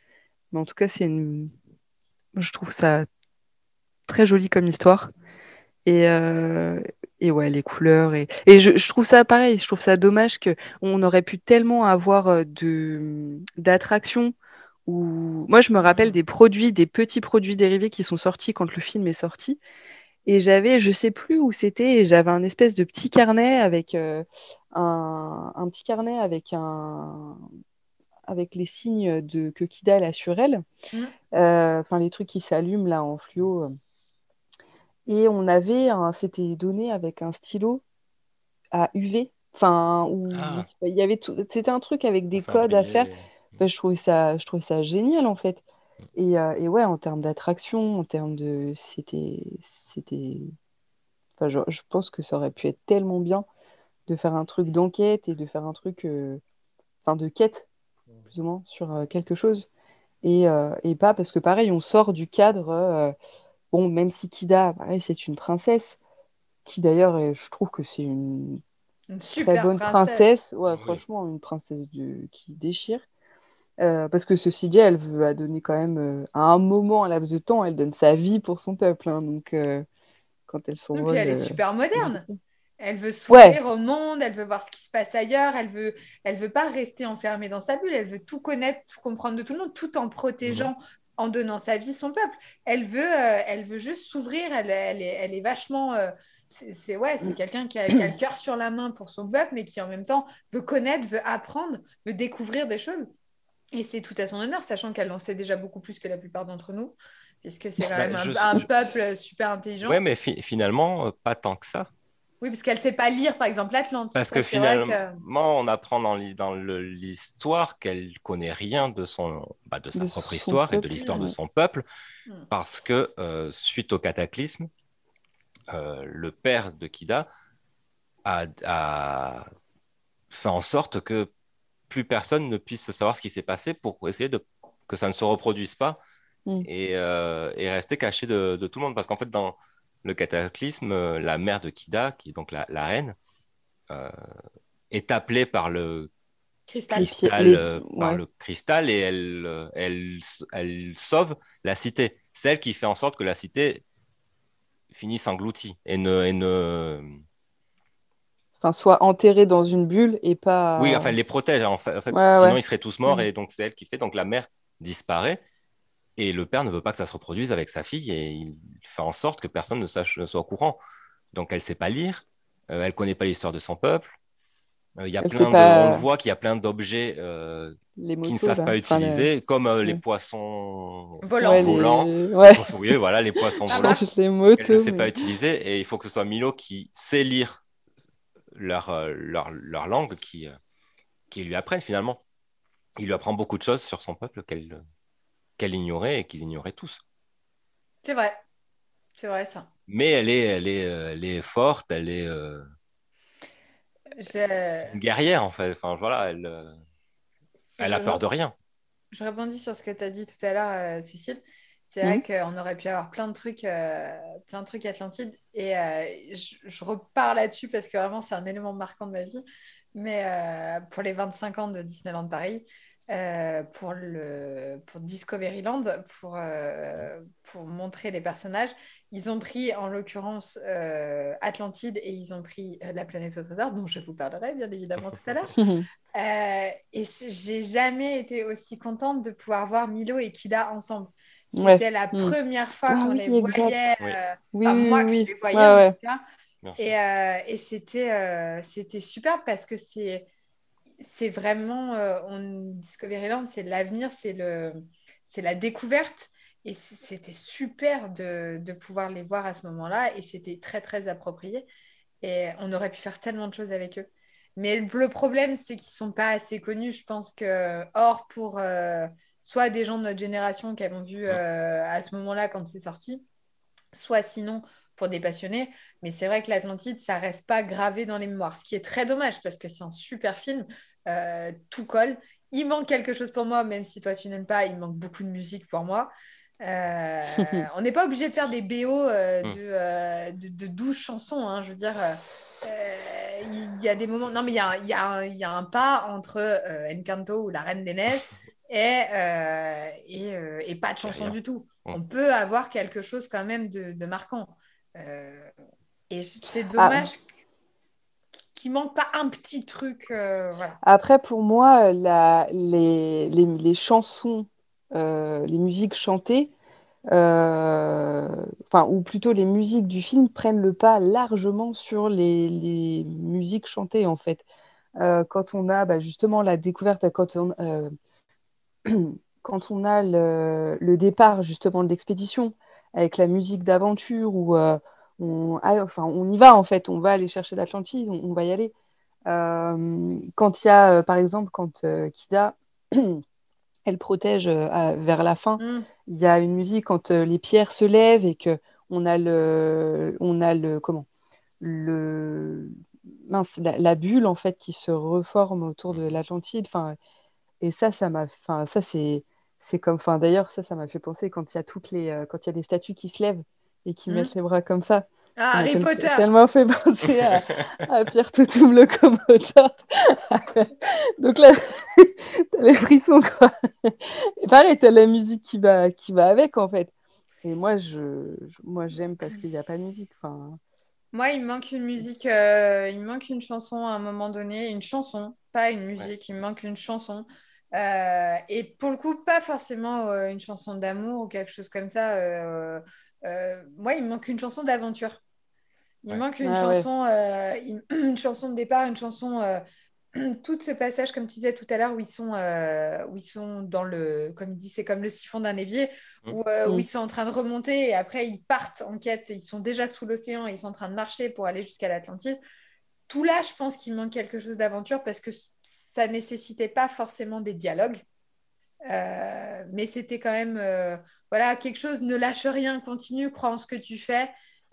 Mais en tout cas, je trouve ça très joli comme histoire. Et, euh, et ouais, les couleurs. Et je trouve ça pareil, je trouve ça dommage qu'on aurait pu tellement avoir d'attractions. Moi, je me rappelle Mm. des produits, des petits produits dérivés qui sont sortis quand le film est sorti. Et j'avais, je sais plus où c'était, et j'avais un espèce de petit carnet avec un petit carnet avec les signes que Kida a sur elle. Mm. Enfin, les trucs qui s'allument là en fluo. Et c'était donné avec un stylo à UV. Enfin, Ah, il y avait c'était un truc avec pour des faire codes à faire. briller. Enfin, je trouvais ça génial en fait. Et ouais, en termes d'attraction, en termes de, enfin, je pense que ça aurait pu être tellement bien de faire un truc d'enquête et de faire un truc, enfin, de quête plus ou moins sur quelque chose. Et pas parce que pareil, on sort du cadre. Bon, même si Kida, pareil, c'est une princesse, qui d'ailleurs, je trouve que c'est une Une très super bonne princesse. princesse. Ouais, Oui. franchement, une princesse qui déchire. Parce que ceci dit, elle veut a donné quand même, à un moment, un laps de temps, elle donne sa vie pour son peuple. Hein. Donc, quand elle Et puis s'envole, elle est super c'est moderne. ridicule. Elle veut Ouais. s'ouvrir au monde, elle veut voir ce qui se passe ailleurs, elle veut pas rester enfermée dans sa bulle, elle veut tout connaître, tout comprendre de tout le monde, tout en Mhm. protégeant, en donnant sa vie, son peuple. Elle veut juste s'ouvrir, elle est vachement... ouais, c'est quelqu'un qui a le cœur sur la main pour son peuple, mais qui en même temps veut connaître, veut apprendre, veut découvrir des choses. Et c'est tout à son honneur, sachant qu'elle en sait déjà beaucoup plus que la plupart d'entre nous, puisque c'est quand Bah, même un peuple super ouais, intelligent. mais finalement, pas tant que ça. Oui, parce qu'elle ne sait pas lire, par exemple, l'Atlante. Parce Ça, que c'est vrai finalement, que... on apprend dans l'histoire qu'elle connaît rien de sa De propre son histoire et de peuple. l'histoire de Ouais. son peuple, Hmm. parce que suite au cataclysme, le père de Kida a fait en sorte que plus personne ne puisse savoir ce qui s'est passé pour essayer que ça ne se reproduise pas Mm. et rester caché de tout le monde. Parce qu'en fait, dans le cataclysme, la mère de Kida, qui est donc la reine, euh, est appelée Cristal. par Ouais. le cristal et elle sauve la cité. Celle qui fait en sorte que la cité finisse engloutie Enfin, soit enterré dans une bulle et Oui, enfin, pas. elle les protège. En fait, Ouais, sinon, ouais. ils seraient tous morts Mm. et donc c'est elle qui fait. Donc la mère disparaît et le père ne veut pas que ça se reproduise avec sa fille et il fait en sorte que personne ne soit au courant. Donc elle ne sait pas lire, elle ne connaît pas l'histoire de son peuple. Il y a Elle sait on le pas voit qu'il y a plein d'objets les qu'ils ne motos, savent là. pas Enfin, utiliser, comme les ouais. poissons Volant. Ouais, volants. Ouais. Oui, voilà, les poissons Ça volants marche. Les qu'elle ne motos, sait pas mais. utiliser. Et il faut que ce soit Milo qui sait lire leur langue qui lui apprenne finalement. Il lui apprend beaucoup de choses sur son peuple qu'elle ignorait et qu'ils ignoraient tous. C'est vrai. C'est vrai, ça. Mais elle est forte, Je, c'est une guerrière en fait. Enfin, voilà, elle je, a peur de rien. je rebondis sur ce que tu as dit tout à l'heure, Cécile. C'est Mm. vrai qu'on aurait pu avoir plein de trucs Atlantide. Et je repars là-dessus parce que vraiment, c'est un élément marquant de ma vie. Mais pour les 25 ans de Disneyland Paris, pour Discoveryland, pour montrer les personnages, ils ont pris en l'occurrence Atlantide et ils ont pris la planète au trésor, dont je vous parlerai bien évidemment tout à l'heure. J'ai jamais été aussi contente de pouvoir voir Milo et Kida ensemble. Ouais. C'était la Mm. première fois Ah qu'on les oui, voyait, exact. Oui, Oui, enfin oui, moi que je oui. les Oui. voyais Ouais, en tout ouais. cas. bien sûr. Et c'était super parce que c'est vraiment Discoveryland, c'est l'avenir, c'est la découverte. Et c'était super de pouvoir les voir à ce moment-là. Et c'était très, très approprié. Et on aurait pu faire tellement de choses avec eux. Mais le problème, c'est qu'ils ne sont pas assez connus. Je pense que, hors pour soit des gens de notre génération qui avons vu Mm. à ce moment-là quand c'est sorti, soit sinon pour des passionnés. Mais c'est vrai que l'Atlantide, ça reste pas gravé dans les mémoires, ce qui est très dommage parce que c'est un super film, tout colle. Il manque quelque chose pour moi, même si toi tu n'aimes pas, il manque beaucoup de musique pour moi. On n'est pas obligé de faire des BO Mm. de 12 chansons, hein, je veux dire. Il y a des moments. Non, mais il y a un pas entre Encanto ou La Reine des Neiges et pas de chanson Rien. du tout. On peut avoir quelque chose quand même de marquant. Et c'est dommage qu'il manque pas un petit truc. Voilà. Après, pour moi, les chansons, les musiques chantées, ou plutôt les musiques du film prennent le pas largement sur les musiques chantées, en fait. Quand on a justement la découverte, quand on a le départ justement de l'expédition avec la musique d'aventure où on y va en fait, on va aller chercher l'Atlantide, on va y aller. Quand il y a, par exemple, quand Kida, elle protège vers la fin, Mm. il y a une musique quand les pierres se lèvent et que on a le, comment, le, mince, la bulle en fait qui se reforme autour de l'Atlantide. Enfin, et ça c'est comme, enfin d'ailleurs ça m'a fait penser quand il y a quand il y a des statues qui se lèvent et qui Mm. mettent les bras comme ça Ah, m'a Harry Potter. tellement fait penser à Pierre Toutoum locomoteur. Donc là, t'as les frissons quoi. Et pareil, t'as la musique qui va avec en fait. Et moi j'aime parce qu'il n'y a pas de musique. Enfin, Moi, il me manque une musique, il me manque une chanson à un moment donné, une chanson, pas une Ouais. musique, il me manque une chanson. Et pour le coup, pas forcément une chanson d'amour ou quelque chose comme ça. Moi, il me manque une chanson d'aventure. Il me Ouais. manque une ah ouais. chanson, une chanson de départ, une chanson, tout ce passage, comme tu disais tout à l'heure, où ils sont dans le, comme il dit, c'est comme le siphon d'un évier, Mm. où Mm. ils sont en train de remonter et après ils partent en quête, ils sont déjà sous l'océan et ils sont en train de marcher pour aller jusqu'à l'Atlantide. Tout là, je pense qu'il manque quelque chose d'aventure parce que ça nécessitait pas forcément des dialogues, mais c'était quand même, voilà, quelque chose, ne lâche rien, continue, crois en ce que tu fais.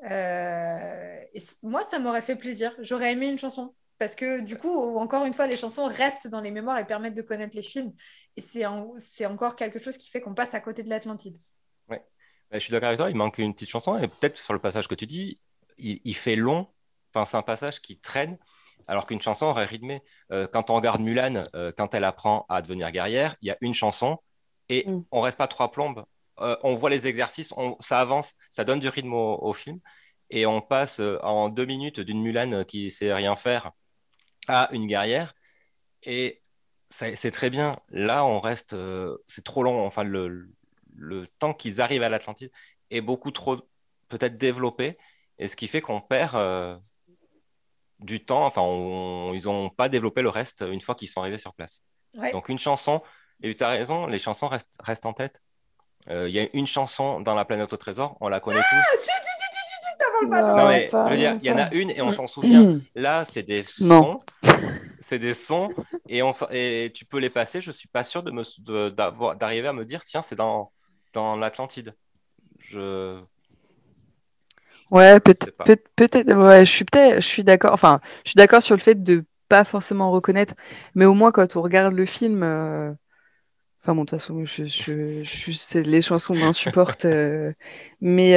Moi, ça m'aurait fait plaisir. J'aurais aimé une chanson. Parce que du coup, encore une fois, les chansons restent dans les mémoires et permettent de connaître les films. Et c'est encore quelque chose qui fait qu'on passe à côté de l'Atlantide. Ouais. Je suis d'accord avec toi, il manque une petite chanson, et peut-être sur le passage que tu dis, il fait long, enfin, c'est un passage qui traîne, alors qu'une chanson aurait rythmé. Quand on regarde Mulan, quand elle apprend à devenir guerrière, il y a une chanson, et Mm. on reste pas trois plombes. On voit les exercices, ça avance, ça donne du rythme au film, et on passe en 2 minutes d'une Mulan qui sait rien faire à une guerrière, et c'est très bien. Là, on reste, c'est trop long. Enfin, le temps qu'ils arrivent à l'Atlantide est beaucoup trop peut-être développé, et ce qui fait qu'on perd du temps. Enfin, ils n'ont pas développé le reste une fois qu'ils sont arrivés sur place. Ouais. Donc, une chanson, et tu as raison, les chansons restent en tête. Il y a une chanson dans La planète au trésor, on la connaît Ah, tous. t'en parles pas, t'en Non, parles Non, mais je veux pas, dire, non, il y en pas. a une et on s'en souvient. Là, Non. c'est des sons et tu peux les passer. Je suis pas sûr d'arriver à me dire, tiens, c'est dans l'Atlantide. Je Ouais, sais pas. peut-être, ouais, je suis d'accord. Enfin, je suis d'accord sur le fait de pas forcément reconnaître, mais au moins quand on regarde le film, enfin bon, de toute façon, les chansons m'insupportent, mais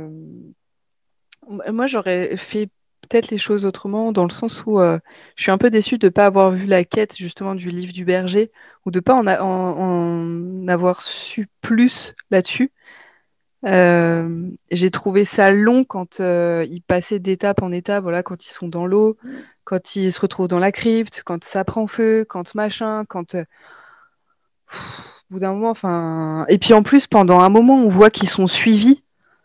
moi j'aurais fait peut-être les choses autrement dans le sens où je suis un peu déçue de pas avoir vu la quête justement du livre du berger ou de pas en avoir su plus là-dessus. J'ai trouvé ça long quand ils passaient d'étape en étape, voilà, quand ils sont dans l'eau, quand ils se retrouvent dans la crypte, quand ça prend feu, quand machin, quand au bout d'un moment, enfin. Et puis en plus, pendant un moment, on voit qu'ils sont suivis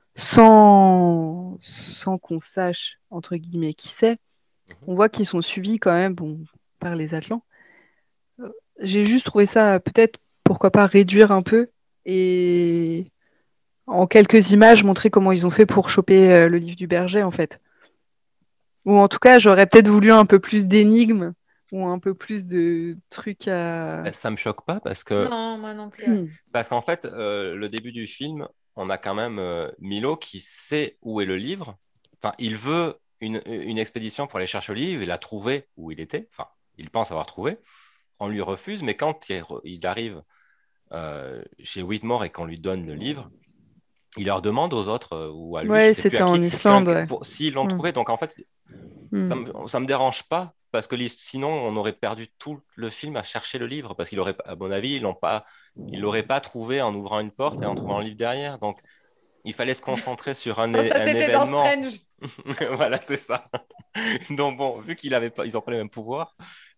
sans qu'on sache, entre guillemets, qui c'est. On voit qu'ils sont suivis quand même, bon, par les Atlants. J'ai juste trouvé ça peut-être, pourquoi pas, réduire un peu et en quelques images montrer comment ils ont fait pour choper le livre du berger, en fait. Ou en tout cas, j'aurais peut-être voulu un peu plus d'énigmes ou un peu plus de trucs à. Ça me choque pas Non, moi non plus. Ouais. parce qu'en fait, le début du film, on a quand même Milo qui sait où est le livre. Enfin, il veut une expédition pour aller chercher le livre. Il a trouvé où il était. Enfin, il pense avoir trouvé. On lui refuse, mais quand il arrive chez Whitmore et qu'on lui donne le livre, il leur demande aux autres ou à lui, je Ouais, sais plus à c'était en qui, Islande, ouais. s'ils l'ont Hmm. trouvé. Donc en fait, Hmm. ça me dérange pas parce que sinon, on aurait perdu tout le film à chercher le livre, parce qu'il aurait, à mon avis, ils l'auraient pas trouvé en ouvrant une porte et en trouvant un livre derrière. Donc, il fallait se concentrer sur un Ça, c'était dans événement. Strange. Voilà, c'est ça. Donc, bon, vu qu'ils n'ont pas les mêmes pouvoirs,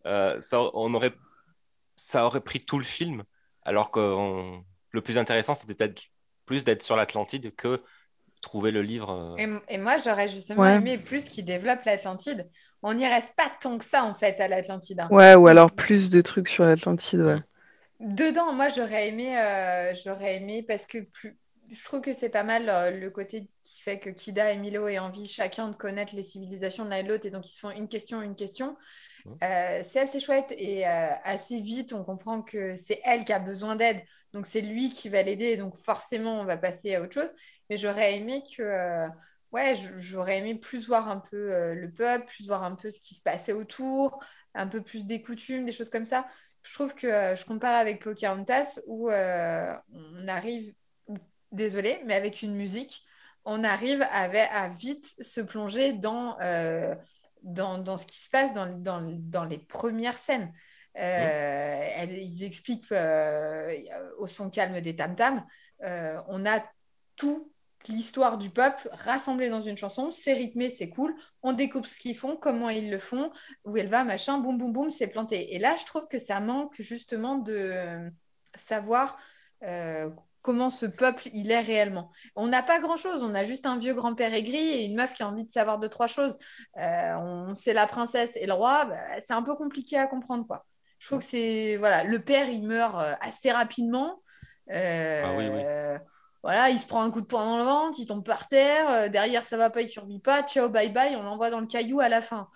ça aurait pris tout le film, alors que le plus intéressant, c'était peut-être plus d'être sur l'Atlantide que trouver le livre. Et moi, j'aurais justement Ouais. aimé plus qu'ils développent l'Atlantide. On n'y reste pas tant que ça, en fait, à l'Atlantide, hein. Ouais, ou alors plus de trucs sur l'Atlantide, ouais. Dedans, moi, j'aurais aimé parce que je trouve que c'est pas mal le côté qui fait que Kida et Milo aient envie chacun de connaître les civilisations de l'un et de l'autre et donc ils se font une question, une question. C'est assez chouette et assez vite, on comprend que c'est elle qui a besoin d'aide, donc c'est lui qui va l'aider, donc forcément, on va passer à autre chose. Mais j'aurais aimé ouais, j'aurais aimé plus voir un peu le peuple, plus voir un peu ce qui se passait autour, un peu plus des coutumes, des choses comme ça. Je trouve que je compare avec Pocahontas où on arrive, désolé, mais avec une musique, on arrive à vite se plonger dans ce qui se passe dans les premières scènes. Ils expliquent au son calme des tam-tams, on a toute l'histoire du peuple rassemblée dans une chanson, c'est rythmé, c'est cool, on découpe ce qu'ils font, comment ils le font, où elle va, machin, boum, boum, boum, c'est planté. Et là, je trouve que ça manque justement de savoir comment ce peuple il est réellement. On n'a pas grand-chose, on a juste un vieux grand-père aigri et une meuf qui a envie de savoir deux, trois choses. On sait la princesse et le roi, bah, c'est un peu compliqué à comprendre, quoi. Je trouve que c'est... Voilà, le père, il meurt assez rapidement. Ah oui, oui. Voilà, il se prend un coup de poing dans le ventre, il tombe par terre, derrière ça va pas, il survit pas, ciao, bye bye, on l'envoie dans le caillou à la fin.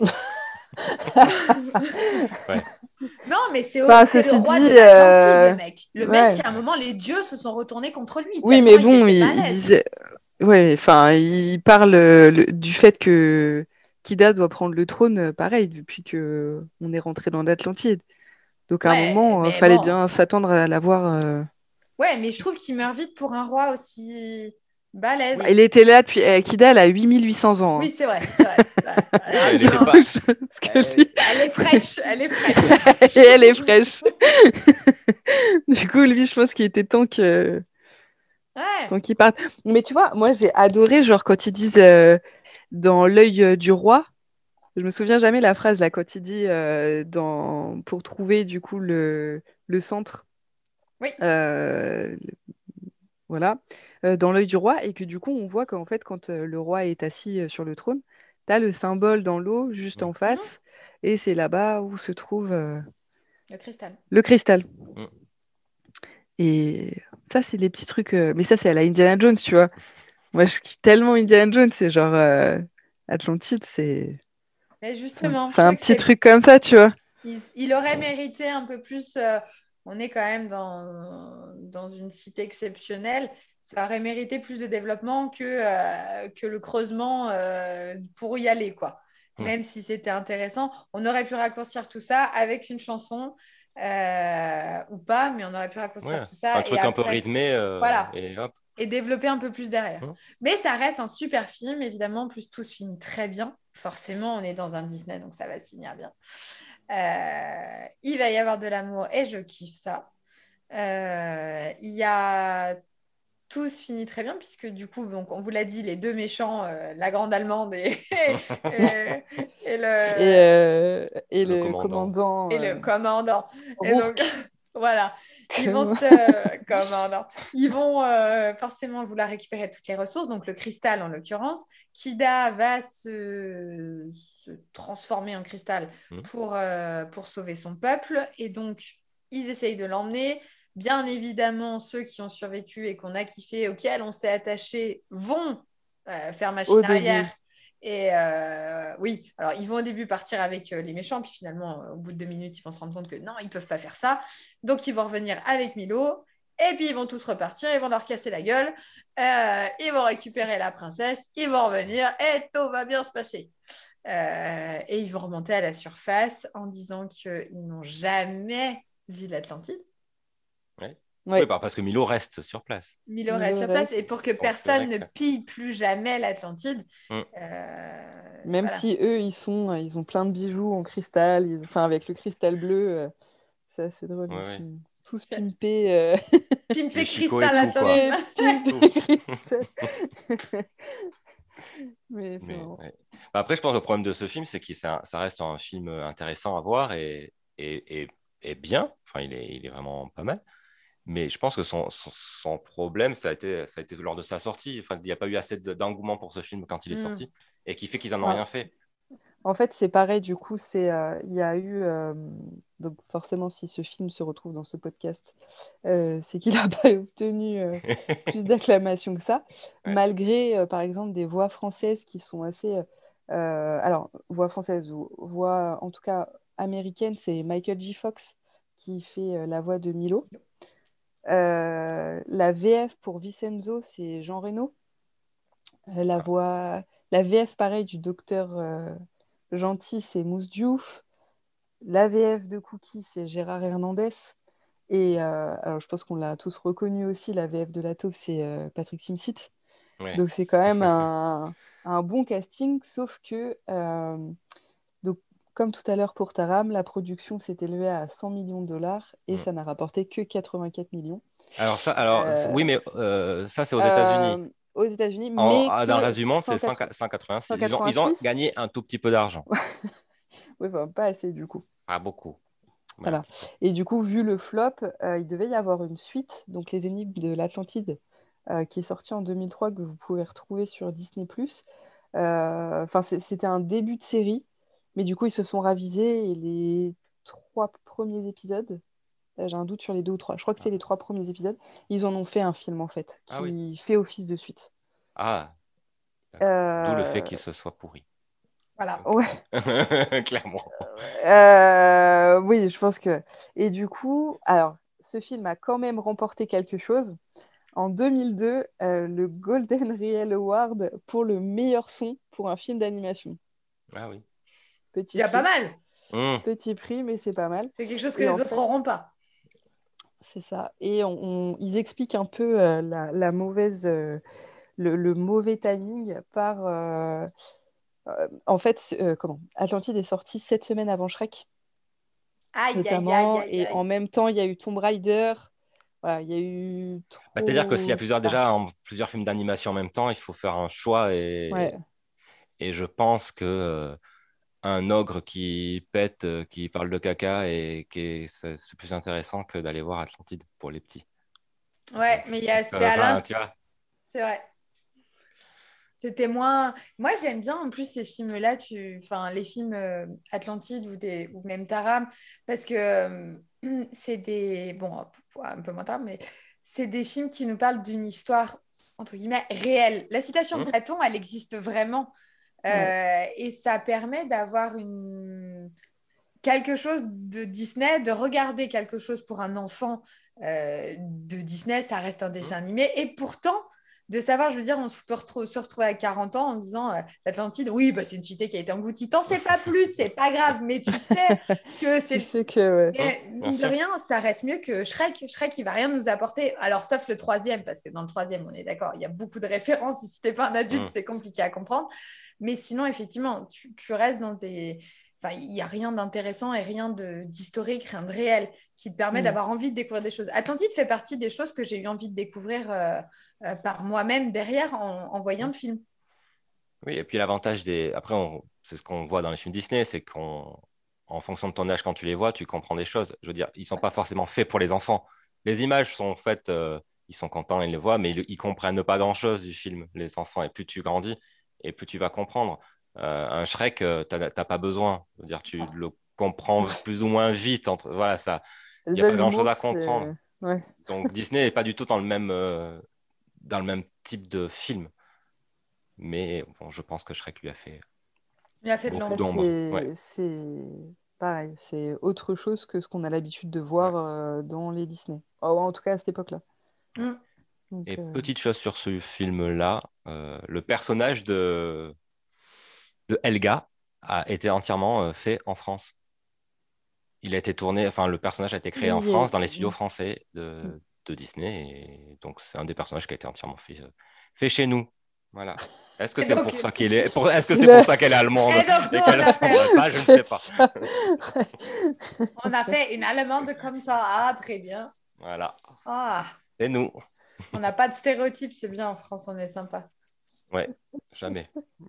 Ouais. Non, mais c'est le Ceci roi dit, de l'Atlantide, le mec. Le mec, ouais. à un moment, les dieux se sont retournés contre lui, Oui, tellement mais il bon, était il balèze. disait. Ouais, enfin, il parle du fait que Kida doit prendre le trône, pareil, depuis que on est rentré dans l'Atlantide. Donc à un Ouais, moment, mais fallait bon. bien s'attendre à l'avoir. Ouais, mais je trouve qu'il meurt vite pour un roi aussi balèze. Oui. Il était là depuis. Kida, elle a 8800 ans, hein. Oui, c'est vrai, c'est vrai, c'est vrai. Ouais, elle Du était Rapidement. coup, pas. ce que lui. Elle est fraîche, elle est fraîche. Et elle est fraîche. Du coup, lui, je pense qu'il était Ouais. tant qu'il parte. Mais tu vois, moi, j'ai adoré, genre, quand ils disent dans l'œil du roi. Je me souviens jamais la phrase là quand il dit pour trouver du coup le centre, Oui. euh, voilà, dans l'œil du roi et que du coup on voit qu'en fait quand le roi est assis sur le trône, tu as le symbole dans l'eau juste en Mhm. face et c'est là-bas où se trouve Le cristal. le cristal. Mm. Et ça c'est les petits trucs, mais ça c'est à la Indiana Jones, tu vois. Moi je kiffe tellement Indiana Jones, c'est genre Atlantide, Mais justement, je c'est un trouve que petit truc comme ça, tu vois. il aurait mérité un peu plus. On est quand même dans une cité exceptionnelle. Ça aurait mérité plus de développement que le creusement pour y aller, quoi. Mm. Même si c'était intéressant, on aurait pu raccourcir tout ça avec une chanson ou pas, mais on aurait pu raccourcir Ouais. tout Un ça et truc un peu après, rythmé voilà, et hop. et développer un peu plus derrière. Mm. Mais ça reste un super film, évidemment. En plus, tout se finit très bien. Forcément, on est dans un Disney, donc ça va se finir bien. Il va y avoir de l'amour et je kiffe ça. Il y a tout se finit très bien puisque du coup, donc, on vous l'a dit, les deux méchants, la grande allemande et Et Le le commandant. commandant le commandant. Et donc, Rourke. voilà. Ils vont Comment- commandant. Ils vont forcément vouloir récupérer toutes les ressources, donc le cristal en l'occurrence. Kida va se transformer en cristal Mm. pour sauver son peuple. Et donc, ils essayent de l'emmener. Bien évidemment, ceux qui ont survécu et qu'on a kiffé, auxquels on s'est attaché, vont faire Au machine arrière. début. Et oui, alors ils vont au début partir avec les méchants, puis finalement, au bout de 2 minutes, ils vont se rendre compte que non, ils ne peuvent pas faire ça. Donc, ils vont revenir avec Milo. Et puis, ils vont tous repartir, ils vont leur casser la gueule. Ils vont récupérer la princesse, ils vont revenir et tout va bien se passer. Et ils vont remonter à la surface en disant qu'ils n'ont jamais vu l'Atlantide. Ouais. Ouais. Oui, parce que Milo reste sur place. Milo reste sur place. Et pour que Donc, personne ne que... pille plus jamais l'Atlantide. Même Voilà. si eux, ils ont plein de bijoux en cristal, enfin avec le cristal bleu, c'est assez drôle. Ils sont tous pimpés. Pimpé chicots et cristal tout, quoi. Atlantide. Pimpés cristal. Mais c'est marrant. Après, je pense que le problème de ce film, c'est que ça reste un film intéressant à voir et bien. Enfin, il est vraiment pas mal. Mais je pense que son problème, ça a été lors de sa sortie. Enfin, il n'y a pas eu assez d'engouement pour ce film quand il est sorti et qui fait qu'ils n'en ont rien fait. En fait, c'est pareil, du coup, il y a eu... donc forcément, si ce film se retrouve dans ce podcast, c'est qu'il n'a pas obtenu plus d'acclamation que ça, malgré, par exemple, des voix françaises qui sont assez... alors, voix française ou voix, en tout cas, américaine, c'est Michael J. Fox qui fait la voix de Milo. La VF pour Vincenzo, c'est Jean Reno. La VF, pareil, du docteur Gentil, c'est Mousse Diouf. La VF de Cookie, c'est Gérard Hernandez. Et alors, je pense qu'on l'a tous reconnu aussi, la VF de la taupe, c'est Patrick Timsit. Donc, c'est quand même un bon casting, sauf que, donc, comme tout à l'heure pour Taram, la production s'est élevée à 100 millions de dollars et ça n'a rapporté que 84 millions. Oui, mais ça, c'est aux États-Unis. Aux États-Unis, Dans mais le reste du monde, c'est 186. 186. Ils ont gagné un tout petit peu d'argent. Oui, bah, pas assez du coup. Pas beaucoup. Voilà. Et du coup, vu le flop, il devait y avoir une suite, donc Les Énigmes de l'Atlantide, qui est sortie en 2003, que vous pouvez retrouver sur Disney+. Enfin, c'était un début de série, mais du coup, ils se sont ravisés et les 3 premiers épisodes, j'ai un doute sur les 2 ou 3, je crois que c'est les 3 premiers épisodes, ils en ont fait un film en fait, qui fait office de suite. Ah, d'où le fait qu'il se soit pourri. Voilà. Ouais. Clairement. Oui, je pense que... Et du coup, alors, ce film a quand même remporté quelque chose. En 2002, le Golden Reel Award pour le meilleur son pour un film d'animation. Ah oui. Petit Déjà prix. pas mal. Petit prix, mais c'est pas mal. C'est quelque chose que les autres n'auront pas. C'est ça. Et ils expliquent un peu la mauvaise... le mauvais timing par... en fait, Atlantide est sorti 7 semaines avant Shrek, notamment, et en même temps, il y a eu Tomb Raider. Voilà, il y a eu trop... C'est-à-dire que s'il y a plusieurs films d'animation en même temps, il faut faire un choix et je pense que un ogre qui pète, qui parle de caca c'est plus intéressant que d'aller voir Atlantide pour les petits. Ouais, mais c'était Alain. C'est vrai. C'était moins. Moi, j'aime bien en plus ces films-là, les films Atlantide ou même Taram, parce que c'est des. Bon, un peu moins tard, mais c'est des films qui nous parlent d'une histoire, entre guillemets, réelle. La citation de Platon, elle existe vraiment. Et ça permet d'avoir quelque chose de Disney, de regarder quelque chose pour un enfant de Disney, ça reste un dessin animé. Et pourtant, de savoir, je veux dire, on peut se retrouver à 40 ans en disant l'Atlantide, oui, bah, c'est une cité qui a été engloutie. T'en sais pas plus, c'est pas grave, mais tu sais que c'est. Tu sais que, mais mine de rien, ça reste mieux que Shrek. Shrek, il va rien nous apporter. Alors, sauf le troisième, parce que dans le troisième, on est d'accord, il y a beaucoup de références. Si t'es pas un adulte, c'est compliqué à comprendre. Mais sinon, effectivement, tu restes dans tes. Enfin, il n'y a rien d'intéressant et rien d'historique, rien de réel qui te permet d'avoir envie de découvrir des choses. Atlantide fait partie des choses que j'ai eu envie de découvrir par moi-même derrière en voyant le film. Oui, et puis l'avantage Après, c'est ce qu'on voit dans les films Disney, c'est qu'en fonction de ton âge, quand tu les vois, tu comprends des choses. Je veux dire, ils ne sont pas forcément faits pour les enfants. Les images sont faites, ils sont contents, ils les voient, mais ils ne comprennent pas grand-chose du film, les enfants. Et plus tu grandis, et plus tu vas comprendre. Un Shrek, tu n'as pas besoin. Je veux dire, tu le comprends plus ou moins vite. Voilà, ça, il n'y a pas grand-chose à comprendre. Donc Disney n'est pas du tout dans le même type de film. Mais bon, je pense que Shrek lui a fait beaucoup d'ombre. C'est pareil, c'est autre chose que ce qu'on a l'habitude de voir dans les Disney. En tout cas, à cette époque-là. Donc, petite chose sur ce film-là, le personnage de Helga a été entièrement fait en France. Il a été tourné, enfin le personnage a été créé en France, dans les studios français de Disney. Et donc, c'est un des personnages qui a été entièrement fait chez nous. Voilà. Est-ce que c'est donc, pour ça est-ce que c'est pour ça qu'elle est allemande Et donc, nous, et on qu'elle a ressemble fait... à ça? Je ne sais pas. On a fait une allemande comme ça. Ah, très bien. Voilà. Ah, C'est nous. on n'a pas de stéréotypes, c'est bien en France, on est sympa. Ouais, jamais.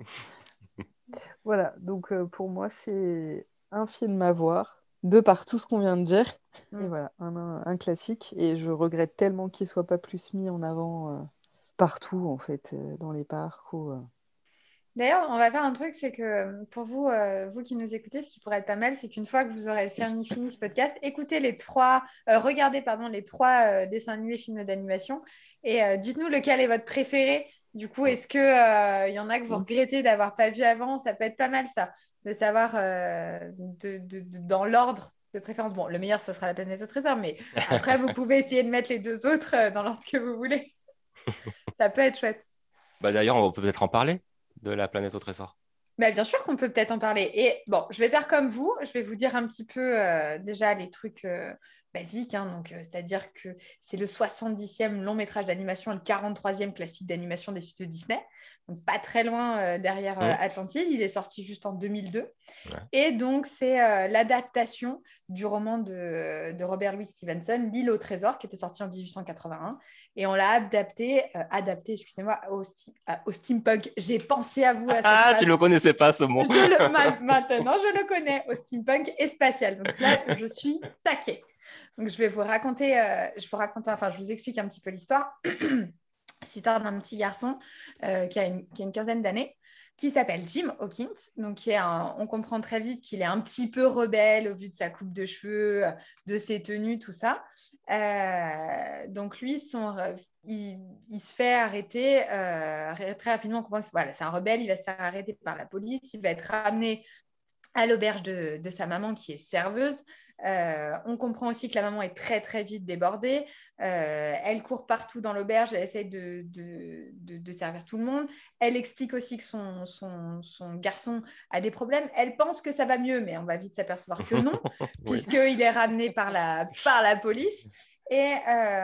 Voilà, donc pour moi, c'est un film à voir, de par tout ce qu'on vient de dire. Et voilà, un classique. Et je regrette tellement qu'il soit pas plus mis en avant partout, en fait, dans les parcs. D'ailleurs, on va faire un truc, c'est que pour vous, vous qui nous écoutez, ce qui pourrait être pas mal, c'est qu'une fois que vous aurez fini ce podcast, écoutez regardez pardon, les trois dessins animés films d'animation et dites-nous lequel est votre préféré. Du coup, est-ce que y en a que vous regrettez d'avoir pas vu avant? Ça peut être pas mal ça, de savoir dans l'ordre de préférence. Bon, le meilleur, ça sera La Planète au Trésor, mais après, vous pouvez essayer de mettre les deux autres dans l'ordre que vous voulez. Ça peut être chouette. Bah, d'ailleurs, on peut peut-être en parler de La Planète au Trésor. Bah, bien sûr qu'on peut peut-être en parler. Et bon, je vais faire comme vous. Je vais vous dire un petit peu déjà les trucs basiques. Hein. Donc, c'est-à-dire que c'est le 70e long métrage d'animation et le 43e classique d'animation des studios Disney. Donc, pas très loin derrière Atlantide. Il est sorti juste en 2002. Ouais. Et donc, c'est l'adaptation du roman de Robert Louis Stevenson, L'île au trésor, qui était sorti en 1881. Et on l'a adapté, excusez-moi, au steampunk. J'ai pensé à vous à cette phrase. Tu ne le connaissais pas, ce mot. Maintenant, je le connais, au steampunk et spatial. Donc là, je suis taquée. Donc, je vais vous raconter, je vous explique un petit peu l'histoire. C'est l'histoire d'un petit garçon qui a une quinzaine d'années, qui s'appelle Jim Hawkins. Donc, on comprend très vite qu'il est un petit peu rebelle au vu de sa coupe de cheveux, de ses tenues, tout ça. Donc, lui, il se fait arrêter très rapidement. Voilà, c'est un rebelle, il va se faire arrêter par la police, il va être ramené à l'auberge de sa maman qui est serveuse. On comprend aussi que la maman est très très vite débordée. Elle court partout dans l'auberge, elle essaye de servir tout le monde. Elle explique aussi que son garçon a des problèmes. Elle pense que ça va mieux, mais on va vite s'apercevoir que non, puisqu'il est ramené par la police. Et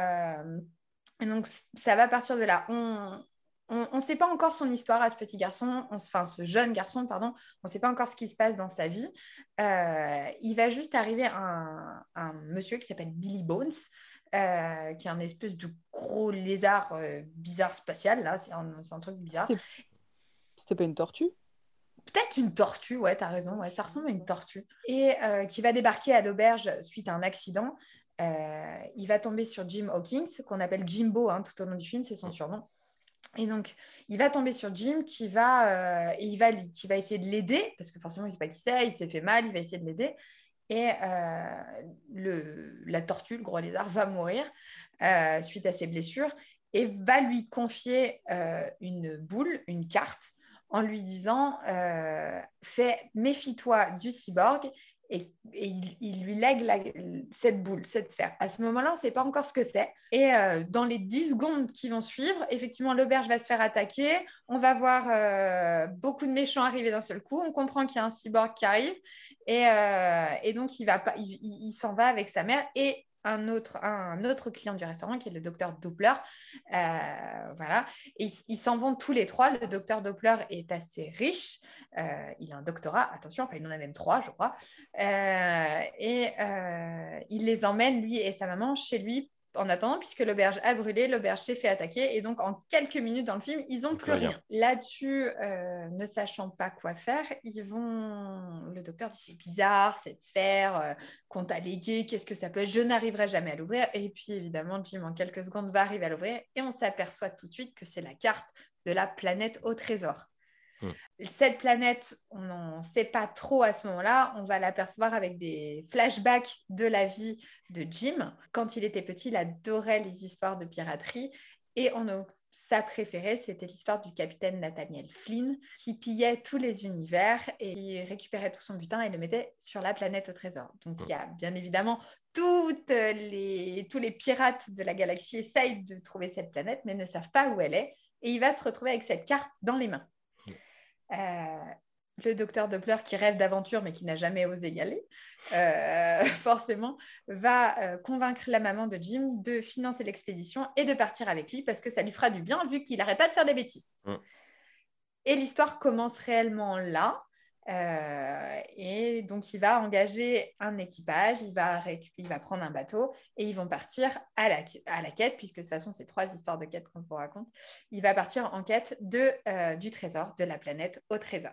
donc, ça va partir de là. On ne sait pas encore son histoire à ce petit garçon, ce jeune garçon, pardon. On ne sait pas encore ce qui se passe dans sa vie. Il va juste arriver un monsieur qui s'appelle Billy Bones, qui est un espèce de gros lézard bizarre spatial. Là, c'est un truc bizarre. C'était pas une tortue? Peut-être une tortue, ouais, t'as raison. Ouais, ça ressemble à une tortue. Et qui va débarquer à l'auberge suite à un accident. Il va tomber sur Jim Hawkins, qu'on appelle Jimbo tout au long du film, c'est son surnom. Et donc, il va tomber sur Jim qui va essayer de l'aider, parce que forcément, il ne sait pas qui c'est, il s'est fait mal, il va essayer de l'aider. Et la tortue, le gros lézard, va mourir suite à ses blessures et va lui confier une boule, une carte, en lui disant méfie-toi du cyborg. Et il lui lègue cette boule, cette sphère. À ce moment-là, on ne sait pas encore ce que c'est. Et dans les 10 secondes qui vont suivre, effectivement, l'auberge va se faire attaquer. On va voir beaucoup de méchants arriver d'un seul coup. On comprend qu'il y a un cyborg qui arrive. Et donc, il s'en va avec sa mère et un autre client du restaurant qui est le docteur Doppler. Voilà. Et ils s'en vont tous les trois. Le docteur Doppler est assez riche. Il a un doctorat, attention, enfin il en a même 3, je crois. Il les emmène, lui et sa maman, chez lui en attendant, puisque l'auberge a brûlé, l'auberge s'est fait attaquer, et donc en quelques minutes dans le film, ils n'ont plus rien. Là-dessus, ne sachant pas quoi faire, le docteur dit c'est bizarre, cette sphère qu'on t'a léguée, qu'est-ce que ça peut être? Je n'arriverai jamais à l'ouvrir. Et puis évidemment, Jim, en quelques secondes, va arriver à l'ouvrir, et on s'aperçoit tout de suite que c'est la carte de la planète au trésor. Cette planète, on n'en sait pas trop à ce moment-là. On va l'apercevoir avec des flashbacks de la vie de Jim. Quand il était petit, il adorait les histoires de piraterie. Et sa préférée, c'était l'histoire du capitaine Nathaniel Flynn, qui pillait tous les univers et qui récupérait tout son butin et le mettait sur la planète au trésor. Donc, il y a bien évidemment tous les pirates de la galaxie essayent de trouver cette planète, mais ne savent pas où elle est. Et il va se retrouver avec cette carte dans les mains. le docteur Doppler qui rêve d'aventure mais qui n'a jamais osé y aller, forcément, va convaincre la maman de Jim de financer l'expédition et de partir avec lui parce que ça lui fera du bien vu qu'il n'arrête pas de faire des bêtises. Et l'histoire commence réellement là. Et donc, il va engager un équipage, il va prendre un bateau et ils vont partir à la quête, puisque de toute façon, c'est 3 histoires de quête qu'on vous raconte. Il va partir en quête du trésor, de la planète au trésor.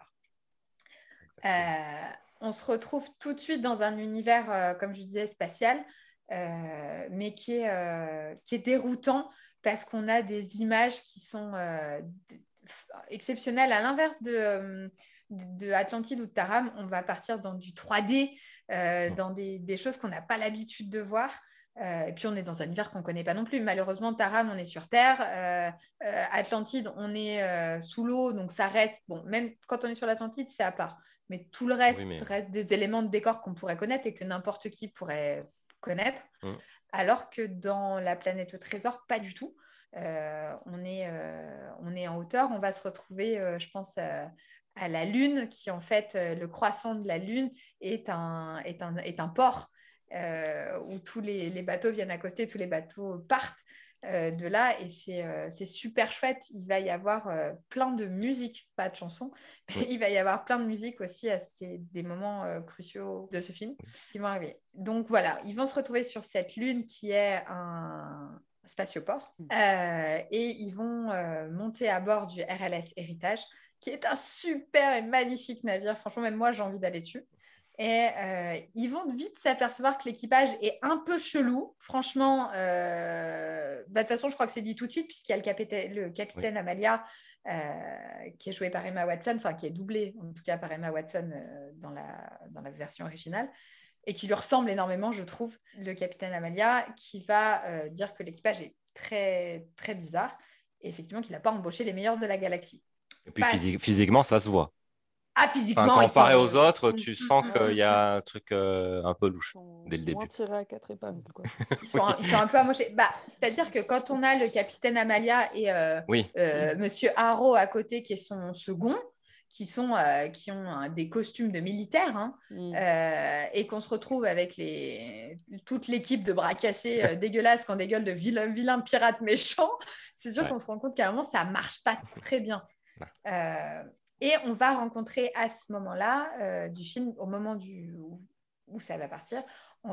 On se retrouve tout de suite dans un univers, comme je disais, spatial, mais qui est déroutant parce qu'on a des images qui sont exceptionnelles. À l'inverse de Atlantide ou de Taram, on va partir dans du 3D, dans des choses qu'on n'a pas l'habitude de voir. Et puis, on est dans un univers qu'on ne connaît pas non plus. Malheureusement, Taram, on est sur Terre. Atlantide, on est sous l'eau, donc ça reste... Bon, même quand on est sur l'Atlantide, c'est à part. Mais tout le reste reste des éléments de décor qu'on pourrait connaître et que n'importe qui pourrait connaître. Alors que dans la planète au trésor, pas du tout. On est en hauteur. On va se retrouver, je pense... à la Lune, qui en fait, le croissant de la Lune est un port où tous les bateaux viennent accoster, tous les bateaux partent de là, et c'est super chouette. Il va y avoir plein de musique, pas de chansons, mais il va y avoir plein de musique aussi à des moments cruciaux de ce film qui vont arriver. Donc voilà, ils vont se retrouver sur cette Lune qui est un spatioport et ils vont monter à bord du RLS Héritage, qui est un super et magnifique navire. Franchement, même moi, j'ai envie d'aller dessus. Et ils vont vite s'apercevoir que l'équipage est un peu chelou. Franchement, de toute façon, je crois que c'est dit tout de suite, puisqu'il y a le capitaine Amalia, qui est joué par Emma Watson, enfin, qui est doublé, en tout cas, par Emma Watson dans la version originale, et qui lui ressemble énormément, je trouve, le capitaine Amalia, qui va dire que l'équipage est très, très bizarre, et effectivement qu'il n'a pas embauché les meilleurs de la galaxie. Et puis physiquement, ça se voit. Ah, physiquement, comparé aux autres, tu sens qu'il y a un truc un peu louche dès le début. Moins tirés à 4 épingles, quoi. Ils sont un peu amochés. C'est-à-dire que quand on a le capitaine Amalia et Monsieur Harrow à côté, qui est son second, qui ont des costumes de militaires, et qu'on se retrouve avec toute l'équipe de bras cassés dégueulasses, qui ont des gueules de vilains pirates méchants, c'est sûr qu'on se rend compte qu'à un moment, ça ne marche pas très bien. Et on va rencontrer à ce moment-là du film, au moment où ça va partir, où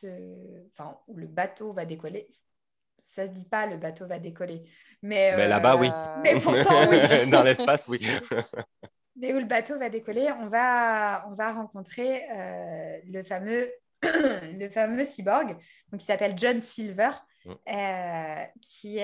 le bateau va décoller. Ça se dit pas, le bateau va décoller. Mais là-bas, oui. Mais pourtant, oui. Dans l'espace, oui. Mais où le bateau va décoller, on va rencontrer le fameux cyborg, donc, qui s'appelle John Silver, qui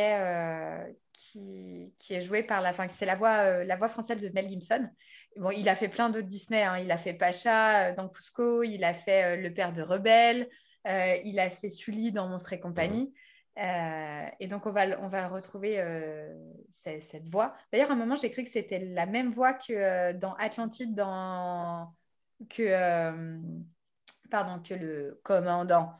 est joué par c'est la voix française de Mel Gibson. Bon, il a fait plein d'autres Disney, il a fait Pacha dans Cusco, il a fait le père de Rebelle, il a fait Sully dans Monstres et compagnie. Et donc on va retrouver cette voix. D'ailleurs, à un moment, j'ai cru que c'était la même voix que dans Atlantide, que le commandant.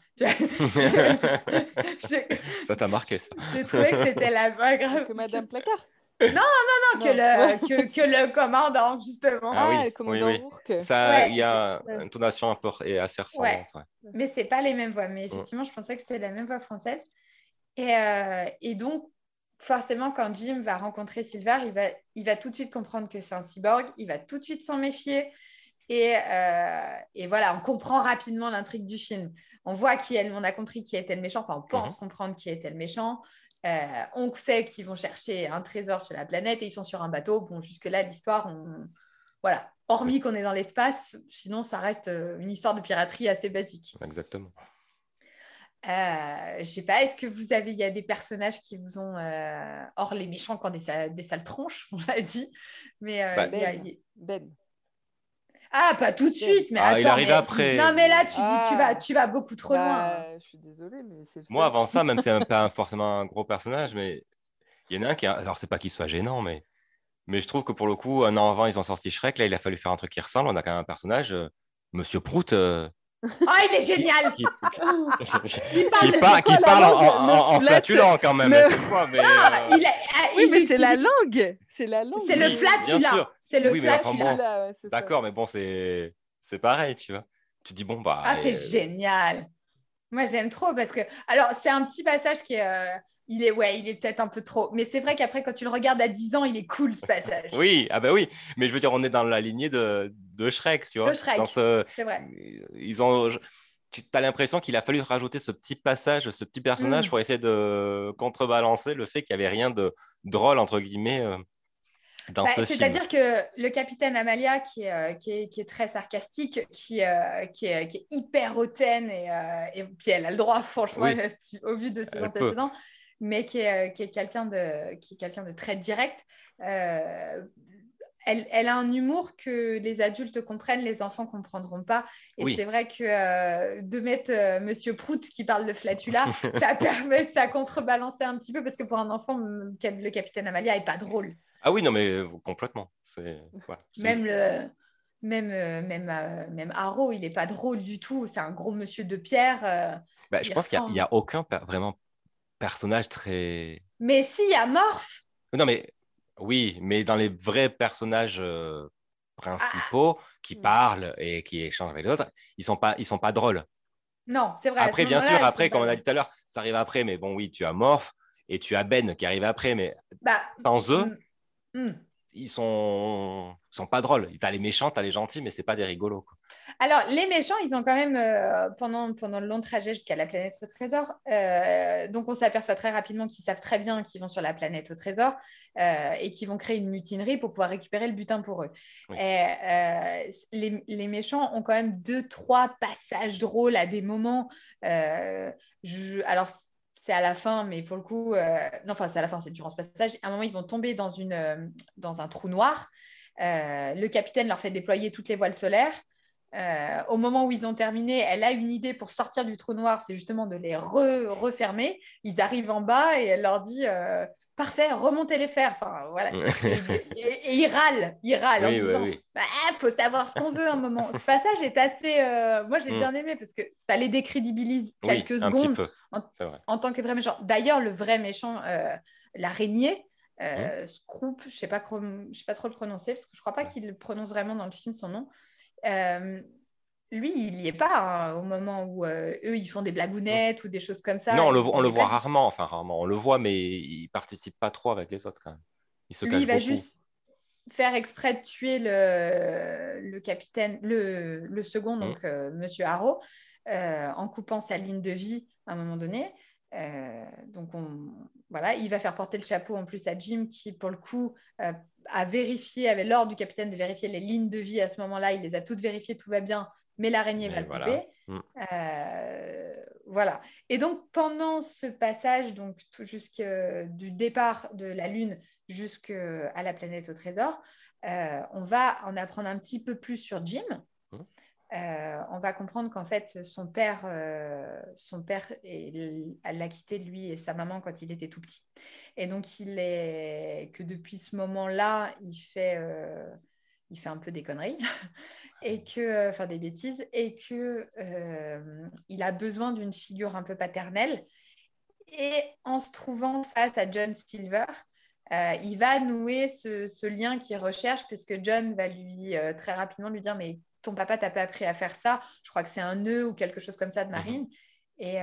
Ça t'a marqué, ça. Je trouvais que c'était la voix grave. Que Madame Placard. Non, que le commandant, justement. Ah oui, le commandant Rourke. Ça, il y a une intonation un peu assez ressemblante. Ouais. Mais c'est pas les mêmes voix. Mais effectivement, je pensais que c'était la même voix française. Et donc, forcément, quand Jim va rencontrer Silver, il va tout de suite comprendre que c'est un cyborg. Il va tout de suite s'en méfier. Et voilà, on comprend rapidement l'intrigue du film. On voit on a compris qui était le méchant. Enfin, on pense comprendre qui était le méchant. On sait qu'ils vont chercher un trésor sur la planète et ils sont sur un bateau. Bon, jusque-là, l'histoire, voilà. Hormis qu'on est dans l'espace, sinon, ça reste une histoire de piraterie assez basique. Exactement. Je sais pas, est-ce que il y a des personnages qui vous ont, hors les méchants qui ont des sales tronches, on l'a dit, mais Ben. Ah, pas tout de suite, mais attends, il arrive après. Non, mais là, tu vas beaucoup trop loin. Je suis désolée, mais c'est... Moi, avant ça, même si c'est même pas forcément un gros personnage, mais il y en a un qui... Alors, c'est pas qu'il soit gênant, mais je trouve que pour le coup, un an avant, ils ont sorti Shrek. Là, il a fallu faire un truc qui ressemble. On a quand même un personnage, Monsieur Prout. Oh, il est génial. Qui parle en flatulant quand même. Mais, oui, mais c'est la langue. C'est la langue. C'est le flatula. C'est le flatula. D'accord, mais bon, c'est pareil, tu vois. Tu dis, bon, bah... c'est génial. Moi, j'aime trop parce que... Alors, c'est un petit passage qui est... Il est peut-être un peu trop. Mais c'est vrai qu'après, quand tu le regardes à 10 ans, il est cool, ce passage. Oui, oui. Mais je veux dire, on est dans la lignée de Shrek, tu vois. De Shrek, c'est vrai. Tu as l'impression qu'il a fallu rajouter ce petit passage, ce petit personnage pour essayer de contrebalancer le fait qu'il n'y avait rien de drôle, entre guillemets, dans ce film. C'est-à-dire que le capitaine Amalia, qui est très sarcastique, qui est hyper hautaine, et puis elle a le droit, franchement, au vu de ses antécédents, mais qui est quelqu'un de très direct. Elle a un humour que les adultes comprennent, les enfants ne comprendront pas. Et c'est vrai que de mettre Monsieur Prout qui parle de flatula, ça contrebalancer un petit peu, parce que pour un enfant, le capitaine Amalia n'est pas drôle. Ah oui, non, mais complètement. Même Haro, il n'est pas drôle du tout. C'est un gros monsieur de pierre. Je pense qu'il n'y a aucun vraiment personnage très... Mais si, il y a Morph. Non, mais... Oui, mais dans les vrais personnages principaux qui parlent et qui échangent avec les autres, ils sont pas drôles. Non, c'est vrai. Après, bien sûr, comme on a dit tout à l'heure, ça arrive après, mais bon, oui, tu as Morph et tu as Ben qui arrive après, mais sans eux, ils sont pas drôles. Tu as les méchants, tu as les gentils, mais c'est pas des rigolos, quoi. Alors, les méchants, ils ont quand même, pendant le long trajet jusqu'à la planète au trésor, donc on s'aperçoit très rapidement qu'ils savent très bien qu'ils vont sur la planète au trésor et qu'ils vont créer une mutinerie pour pouvoir récupérer le butin pour eux. Oui. Les méchants ont quand même 2-3 passages drôles à des moments. Alors, c'est à la fin, mais pour le coup... Non, enfin, c'est à la fin, c'est durant ce passage. À un moment, ils vont tomber dans un trou noir. Le capitaine leur fait déployer toutes les voiles solaires. Au moment où ils ont terminé, elle a une idée pour sortir du trou noir, c'est justement de les refermer. Ils arrivent en bas et elle leur dit parfait, remontez les fers. Enfin, voilà. et ils râlent en disant faut savoir ce qu'on veut un moment. Ce passage est assez... moi, j'ai bien aimé parce que ça les décrédibilise quelques secondes en tant que vrai méchant. D'ailleurs, le vrai méchant, l'araignée, Scroop, je ne sais pas trop le prononcer parce que je ne crois pas qu'il le prononce vraiment dans le film, son nom. Lui, il n'y est pas au moment où eux, ils font des blagounettes ou des choses comme ça. Non, on le voit rarement. On le voit, mais il ne participe pas trop avec les autres, quand même. Il se cache beaucoup. Il va juste faire exprès de tuer le capitaine, le second, donc Monsieur Haro, en coupant sa ligne de vie à un moment donné. Donc, il va faire porter le chapeau en plus à Jim qui, pour le coup, avait l'ordre du capitaine de vérifier les lignes de vie à ce moment-là. Il les a toutes vérifiées, tout va bien, mais l'araignée va le couper. Voilà. Et donc, pendant ce passage, donc du départ de la Lune jusqu'à la planète au trésor, on va en apprendre un petit peu plus sur Jim. On va comprendre qu'en fait, son père l'a quitté, lui et sa maman, quand il était tout petit. Et donc, que depuis ce moment-là, il fait un peu des conneries, enfin des bêtises, et qu'il a besoin d'une figure un peu paternelle. Et en se trouvant face à John Silver, il va nouer ce lien qu'il recherche, puisque John va très rapidement lui dire « Mais ton papa t'a pas appris à faire ça, je crois que c'est un nœud ou quelque chose comme ça de marine. » Et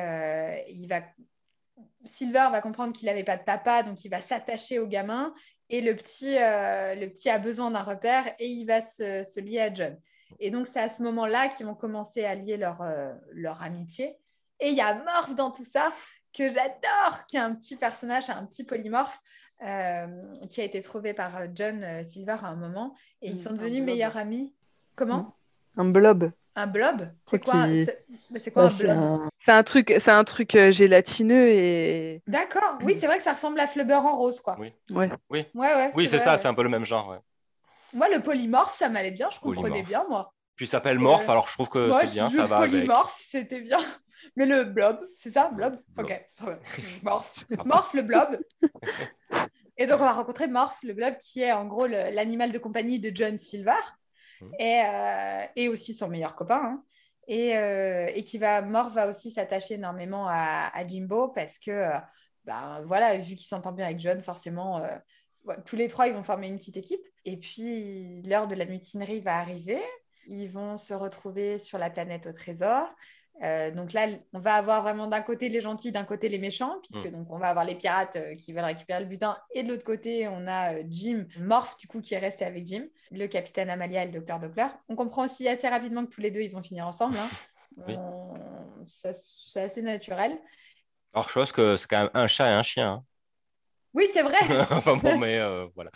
Silver va comprendre qu'il n'avait pas de papa, donc il va s'attacher au gamin. Et le petit a besoin d'un repère et il va se lier à John. Et donc, c'est à ce moment-là qu'ils vont commencer à lier leur amitié. Et il y a Morph dans tout ça, que j'adore, qui est un petit personnage, un petit polymorphe, qui a été trouvé par John Silver à un moment. Et ils sont devenus meilleurs amis. Comment ? Un blob. Un blob ? C'est quoi, c'est quoi un blob ? C'est un truc gélatineux et... D'accord. Oui, c'est vrai que ça ressemble à Flubber en rose, quoi. Oui, c'est ça, c'est un peu le même genre. Ouais. Moi, le polymorphe, ça m'allait bien, je comprenais bien, moi. Puis il s'appelle Morph, alors je trouve que c'est bien, ça va avec. Le polymorphe, c'était bien. Mais le blob, c'est ça, blob ? Ok. Morph, le blob. Et donc, on va rencontrer Morph, le blob, qui est en gros l'animal de compagnie de John Silver et aussi son meilleur copain. et Mort va aussi s'attacher énormément à Jimbo parce que, voilà, vu qu'il s'entend bien avec John, forcément, tous les trois, ils vont former une petite équipe. Et puis, l'heure de la mutinerie va arriver. Ils vont se retrouver sur la planète au trésor. Donc là, on va avoir vraiment d'un côté les gentils, d'un côté les méchants, puisque donc on va avoir les pirates qui veulent récupérer le butin, et de l'autre côté, on a Jim, Morph, du coup, qui est resté avec Jim, le capitaine Amalia et le docteur Doppler. On comprend aussi assez rapidement que tous les deux, ils vont finir ensemble. Hein. Oui. C'est assez naturel. Alors, chose que c'est quand même un chat et un chien. Hein. Oui, c'est vrai. Enfin bon, mais voilà.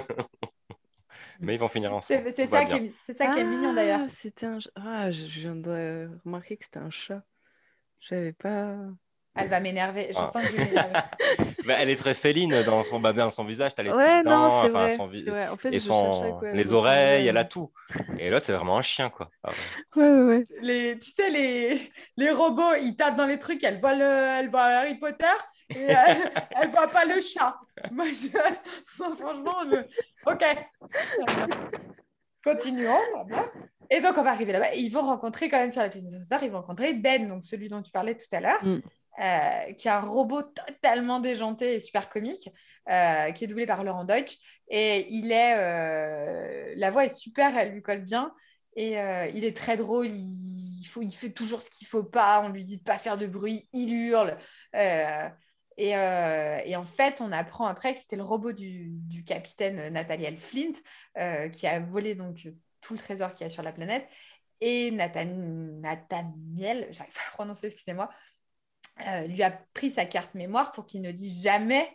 Mais ils vont finir ensemble. C'est ça qui est mignon d'ailleurs. Je viens de remarquer que c'était un chat. J'avais pas. Elle va m'énerver. Je sens que je vais m'énerver. Mais elle est très féline dans son visage. T'as les petites Ouais, non, dents, c'est enfin, vrai. En fait, et je cherchais quoi, les oreilles, elle a tout. Et là, c'est vraiment un chien, quoi. Ah ouais. Tu sais, les robots, ils tapent dans les trucs. Elle voit Harry Potter et elle voit pas le chat. Moi, franchement, ok. Continuons. Et donc, on va arriver là-bas. Ils vont rencontrer quand même sur la planète des dinosaures, ils vont rencontrer Ben, donc celui dont tu parlais tout à l'heure, qui est un robot totalement déjanté et super comique, qui est doublé par Laurent Deutsch. Et la voix est super, elle lui colle bien. Et il est très drôle, il fait toujours ce qu'il ne faut pas, on lui dit de ne pas faire de bruit, il hurle. Et en fait, on apprend après que c'était le robot du capitaine Nathaniel Flint qui a volé donc tout le trésor qu'il y a sur la planète. Et Nathaniel, j'arrive pas à prononcer, excusez-moi, lui a pris sa carte mémoire pour qu'il ne dise jamais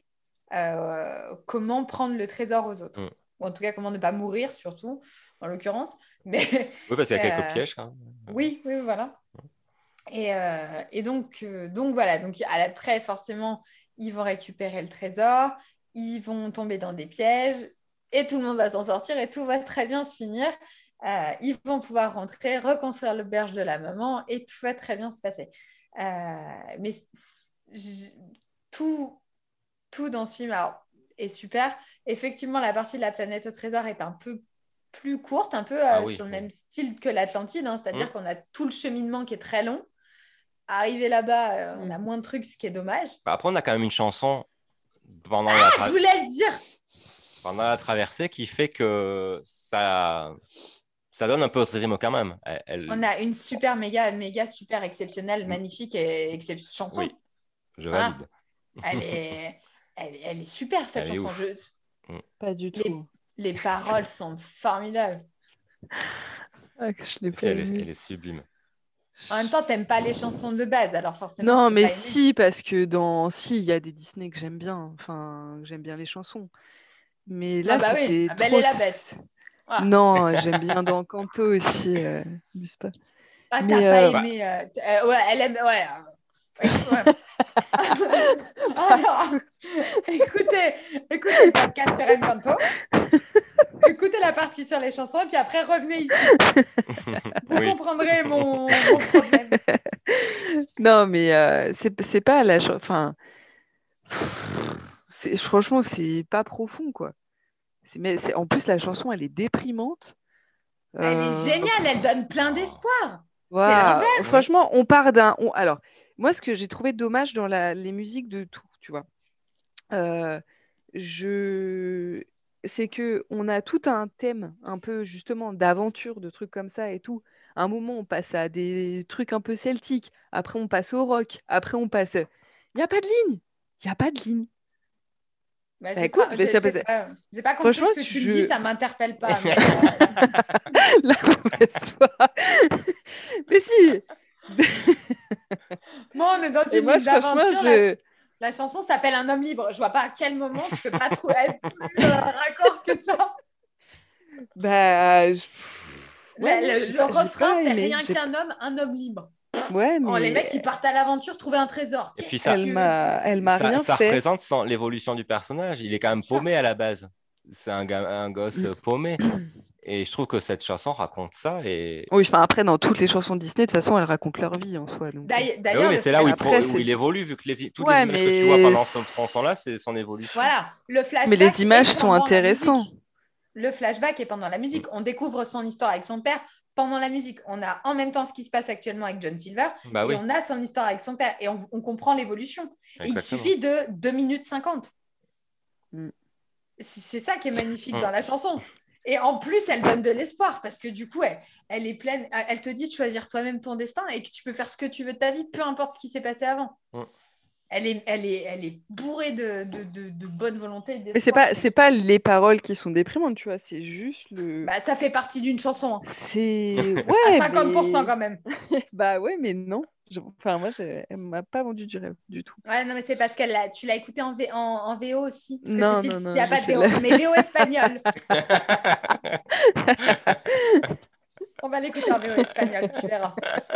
comment prendre le trésor aux autres. Ou en tout cas, comment ne pas mourir, surtout, en l'occurrence. Mais, oui, parce qu'il y a quelques pièges. Quand même. Oui, voilà. Et donc voilà. Donc, après, forcément, ils vont récupérer le trésor, ils vont tomber dans des pièges, et tout le monde va s'en sortir, et tout va très bien se finir. Ils vont pouvoir rentrer, reconstruire l'auberge de la maman, et tout va très bien se passer. Mais tout dans ce film est super. Effectivement, la partie de la planète au trésor est un peu plus courte, un peu sur le même style que l'Atlantide, hein, c'est-à-dire qu'on a tout le cheminement qui est très long. Arriver là-bas, on a moins de trucs, ce qui est dommage. Après, on a quand même une chanson pendant je voulais le dire pendant la traversée qui fait que ça donne un peu de rythme quand même. On a une super, méga super exceptionnelle, magnifique et chanson. Oui, je valide. Elle est super, cette chanson. Pas du tout. Les paroles sont formidables. Je l'ai pas aimée. Elle est sublime. En même temps, t'aimes pas les chansons de base, alors forcément. Non, mais si, parce que il y a des Disney que j'aime bien. Enfin, j'aime bien les chansons. Mais là, c'était trop... Belle et la Bête. Ah. Non, j'aime bien dans Encanto aussi. Abuse pas. Ah, t'as pas aimé... ouais, elle aime... Ouais. Alors, écoutez le podcast sur Encanto. Écoutez la partie sur les chansons et puis après revenez ici. Vous comprendrez mon problème. Non, mais c'est pas la enfin franchement, c'est pas profond quoi. En plus la chanson elle est déprimante. Elle est géniale, elle donne plein d'espoir. Wow. C'est l'inverse. Franchement, on part alors moi ce que j'ai trouvé dommage dans les musiques de tout, tu vois. C'est que on a tout un thème un peu justement d'aventure, de trucs comme ça et tout. À un moment, on passe à des trucs un peu celtiques. Après, on passe au rock. Après, on passe... Il n'y a pas de ligne. Il n'y a pas de ligne. J'ai pas compris ce que tu me dis, ça ne m'interpelle pas. Mais... La mauvaise foi. Mais si. Moi, on est dans une ligne d'aventure. La chanson s'appelle Un homme libre. Je vois pas à quel moment tu peux pas trouver être plus raccord que ça. Le refrain, c'est rien qu'un homme, un homme libre. Ouais, mais... les mecs, ils partent à l'aventure trouver un trésor. Et puis elle m'a rien fait. Ça représente l'évolution du personnage. Il est quand même paumé à la base. C'est un gosse paumé. Et je trouve que cette chanson raconte ça. Et... Oui, après, dans toutes les chansons Disney, de toute façon, elles racontent leur vie en soi. D'ailleurs, mais c'est là où il évolue, vu que toutes les images que tu vois pendant cette chanson-là, c'est son évolution. Voilà, le flashback. Mais les images sont intéressantes. le flashback est pendant la musique. On découvre son histoire avec son père pendant la musique. On a en même temps ce qui se passe actuellement avec John Silver et on a son histoire avec son père et on comprend l'évolution. Et il suffit de 2 minutes 50. C'est ça qui est magnifique dans la chanson. Et en plus, elle donne de l'espoir parce que du coup, elle est pleine. Elle te dit de choisir toi-même ton destin et que tu peux faire ce que tu veux de ta vie, peu importe ce qui s'est passé avant. Elle est bourrée de bonne volonté. Mais c'est pas les paroles qui sont déprimantes, tu vois, c'est juste le. Bah, ça fait partie d'une chanson. Hein. C'est à 50% quand même. Bah ouais, mais non. Enfin, moi, elle m'a pas vendu du rêve du tout. Ouais, non, mais c'est parce que tu l'as écouté en VO aussi. Parce non, que non, il n'y a pas de VO, mais VO espagnol. On va l'écouter en VO espagnol, tu verras.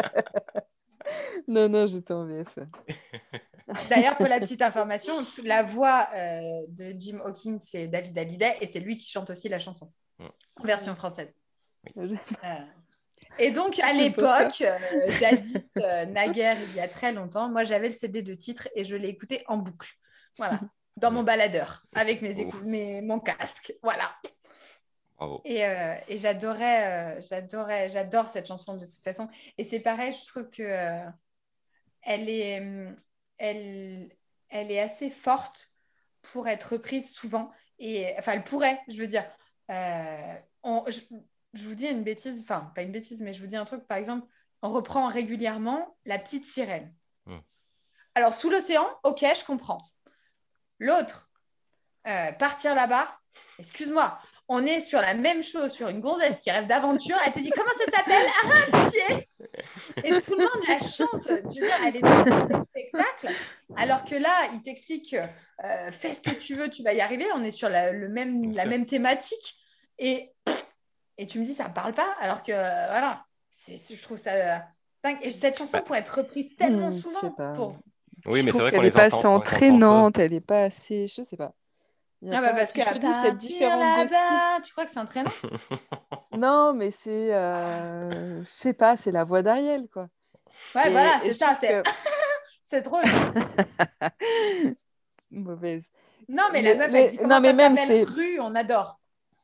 Non, j'étais en VF. D'ailleurs, pour la petite information, la voix de Jim Hawkins, c'est David Hallyday et c'est lui qui chante aussi la chanson en version française. Et donc, à l'époque, jadis, naguère, il y a très longtemps, moi, j'avais le CD de titre et je l'ai écouté en boucle. Voilà, dans mon baladeur, avec mon casque. Voilà. Bravo. Et j'adore cette chanson de toute façon. Et c'est pareil, je trouve que elle est assez forte pour être reprise souvent. Et, enfin, elle pourrait, je veux dire. Je vous dis une bêtise, enfin, pas une bêtise, mais je vous dis un truc, par exemple, on reprend régulièrement La Petite Sirène. Alors, Sous l'océan, ok, je comprends. L'autre, Partir là-bas, excuse-moi, on est sur la même chose, sur une gonzesse qui rêve d'aventure. Elle te dit comment ça s'appelle? Un pied. Et tout le monde la chante. Tu veux dire, elle est dans le spectacle. Alors que là, il t'explique fais ce que tu veux, tu vas y arriver. On est sur la même thématique. Et tu me dis, ça ne parle pas. Alors que voilà, je trouve ça dingue. Et cette chanson pourrait être reprise tellement souvent. Oui, mais c'est vrai qu'on les est pas entend. assez entraînante, elle n'est pas assez. Je sais pas. Parce que je te dis, c'est différent de style. Tu crois que c'est entraînant? Non, mais c'est, je sais pas, c'est la voix d'Ariel, quoi. Ouais, voilà, c'est ça. C'est drôle. Mauvaise. Non, mais la meuf, elle dit comment ça s'appelle Rue, on adore.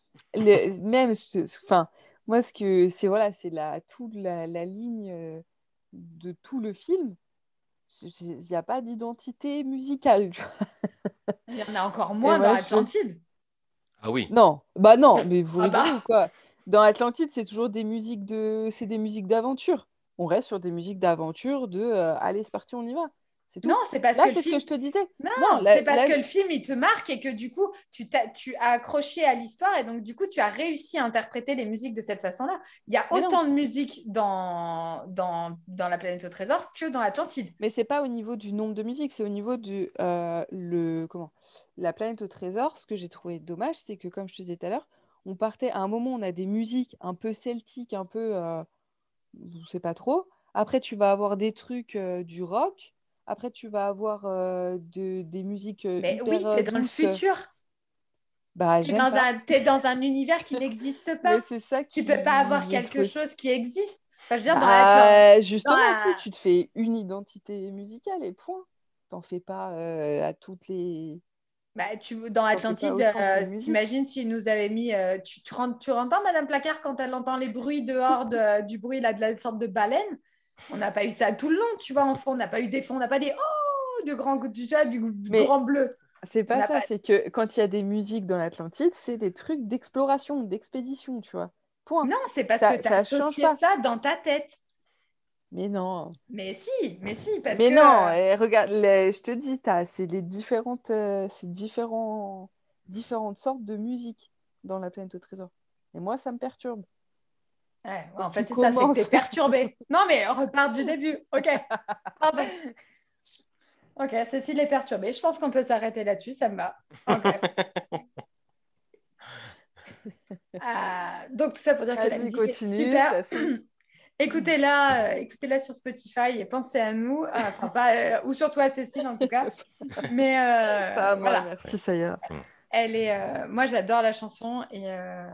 Enfin, moi, c'est toute la ligne de tout le film. Il n'y a pas d'identité musicale. Il y en a encore moins dans Atlantide. Ah oui. Non, mais vous rigolez ou quoi? Dans Atlantide, c'est toujours des musiques d'aventure. On reste sur des musiques d'aventure allez, c'est parti, on y va. C'est tout. Non, c'est parce là, que c'est ce que je te disais. Non, c'est parce que le film, il te marque et que du coup, tu as accroché à l'histoire et donc du coup, tu as réussi à interpréter les musiques de cette façon-là. Il y a autant de musique dans La Planète au Trésor que dans l'Atlantide. Mais c'est pas au niveau du nombre de musiques, c'est au niveau du La Planète au Trésor. Ce que j'ai trouvé dommage, c'est que comme je te disais tout à l'heure, on partait à un moment, on a des musiques un peu celtiques, un peu, je sais pas trop. Après, tu vas avoir des trucs du rock. Après, tu vas avoir des musiques Mais hyper oui, t'es dans le futur. Bah, t'es dans un univers qui n'existe pas. Mais c'est ça tu peux pas avoir quelque chose qui existe. Enfin, je veux dire, justement, si tu te fais une identité musicale et point. T'en fais pas à toutes les... dans Atlantide, t'imagines s'il nous avait mis... tu entends Madame Placard quand elle entend les bruits dehors du bruit là, de la sorte de baleine? On n'a pas eu ça tout le long, tu vois, en fond. On n'a pas eu des fonds, on n'a pas des... Oh, du grand bleu. C'est pas ça, c'est que quand il y a des musiques dans l'Atlantide, c'est des trucs d'exploration, d'expédition, tu vois. Point. Non, c'est parce que tu as associé ça dans ta tête. Mais non. Mais si, parce mais que... non, regarde, je te dis, c'est les différentes sortes de musique dans La Planète au Trésor. Et moi, ça me perturbe. Ouais, en fait, c'est ça, c'est que t'es perturbé. Non, mais on repart du début. Ok, pardon. Ok, Cécile est perturbée. Je pense qu'on peut s'arrêter là-dessus, ça me va. Okay. Donc, tout ça pour dire que la musique est super. Écoutez-la sur Spotify et pensez à nous. Enfin, pas, ou surtout à Cécile, en tout cas. Mais pas à moi, voilà. merci, ça ira. Moi, j'adore la chanson et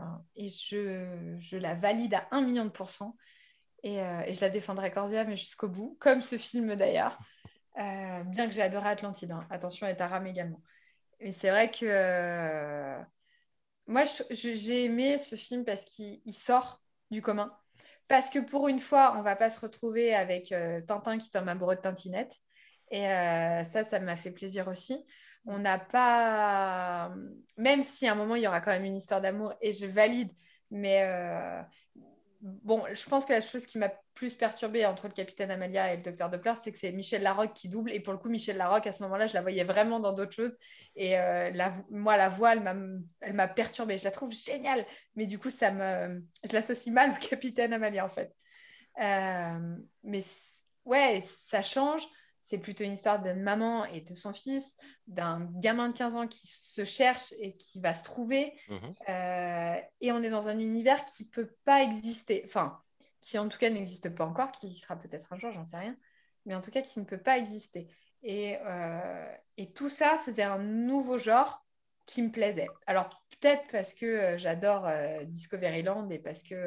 je la valide à 1 million de %. Et je la défendrai corps et âme jusqu'au bout, comme ce film d'ailleurs. Bien que j'ai adoré Atlantide. Hein. Attention, et Taram également. Et c'est vrai que moi, j'ai aimé ce film parce qu'il sort du commun. Parce que pour une fois, on ne va pas se retrouver avec Tintin qui tombe amoureux de Tintinette. Et ça m'a fait plaisir aussi. On n'a pas... Même si à un moment, il y aura quand même une histoire d'amour, et je valide, mais bon, je pense que la chose qui m'a plus perturbée entre le capitaine Amalia et le docteur Doppler, c'est que c'est Michel Larocque qui double. Et pour le coup, Michel Larocque, à ce moment-là, je la voyais vraiment dans d'autres choses. Et moi, la voix, elle m'a perturbée. Je la trouve géniale. Mais du coup, je l'associe mal au capitaine Amalia, en fait. Mais ouais, ça change. C'est plutôt une histoire d'une maman et de son fils, d'un gamin de 15 ans qui se cherche et qui va se trouver. Et on est dans un univers qui ne peut pas exister, enfin, qui en tout cas n'existe pas encore, qui sera peut-être un jour, j'en sais rien, mais en tout cas qui ne peut pas exister. Et tout ça faisait un nouveau genre qui me plaisait. Alors peut-être parce que j'adore Discoveryland et parce que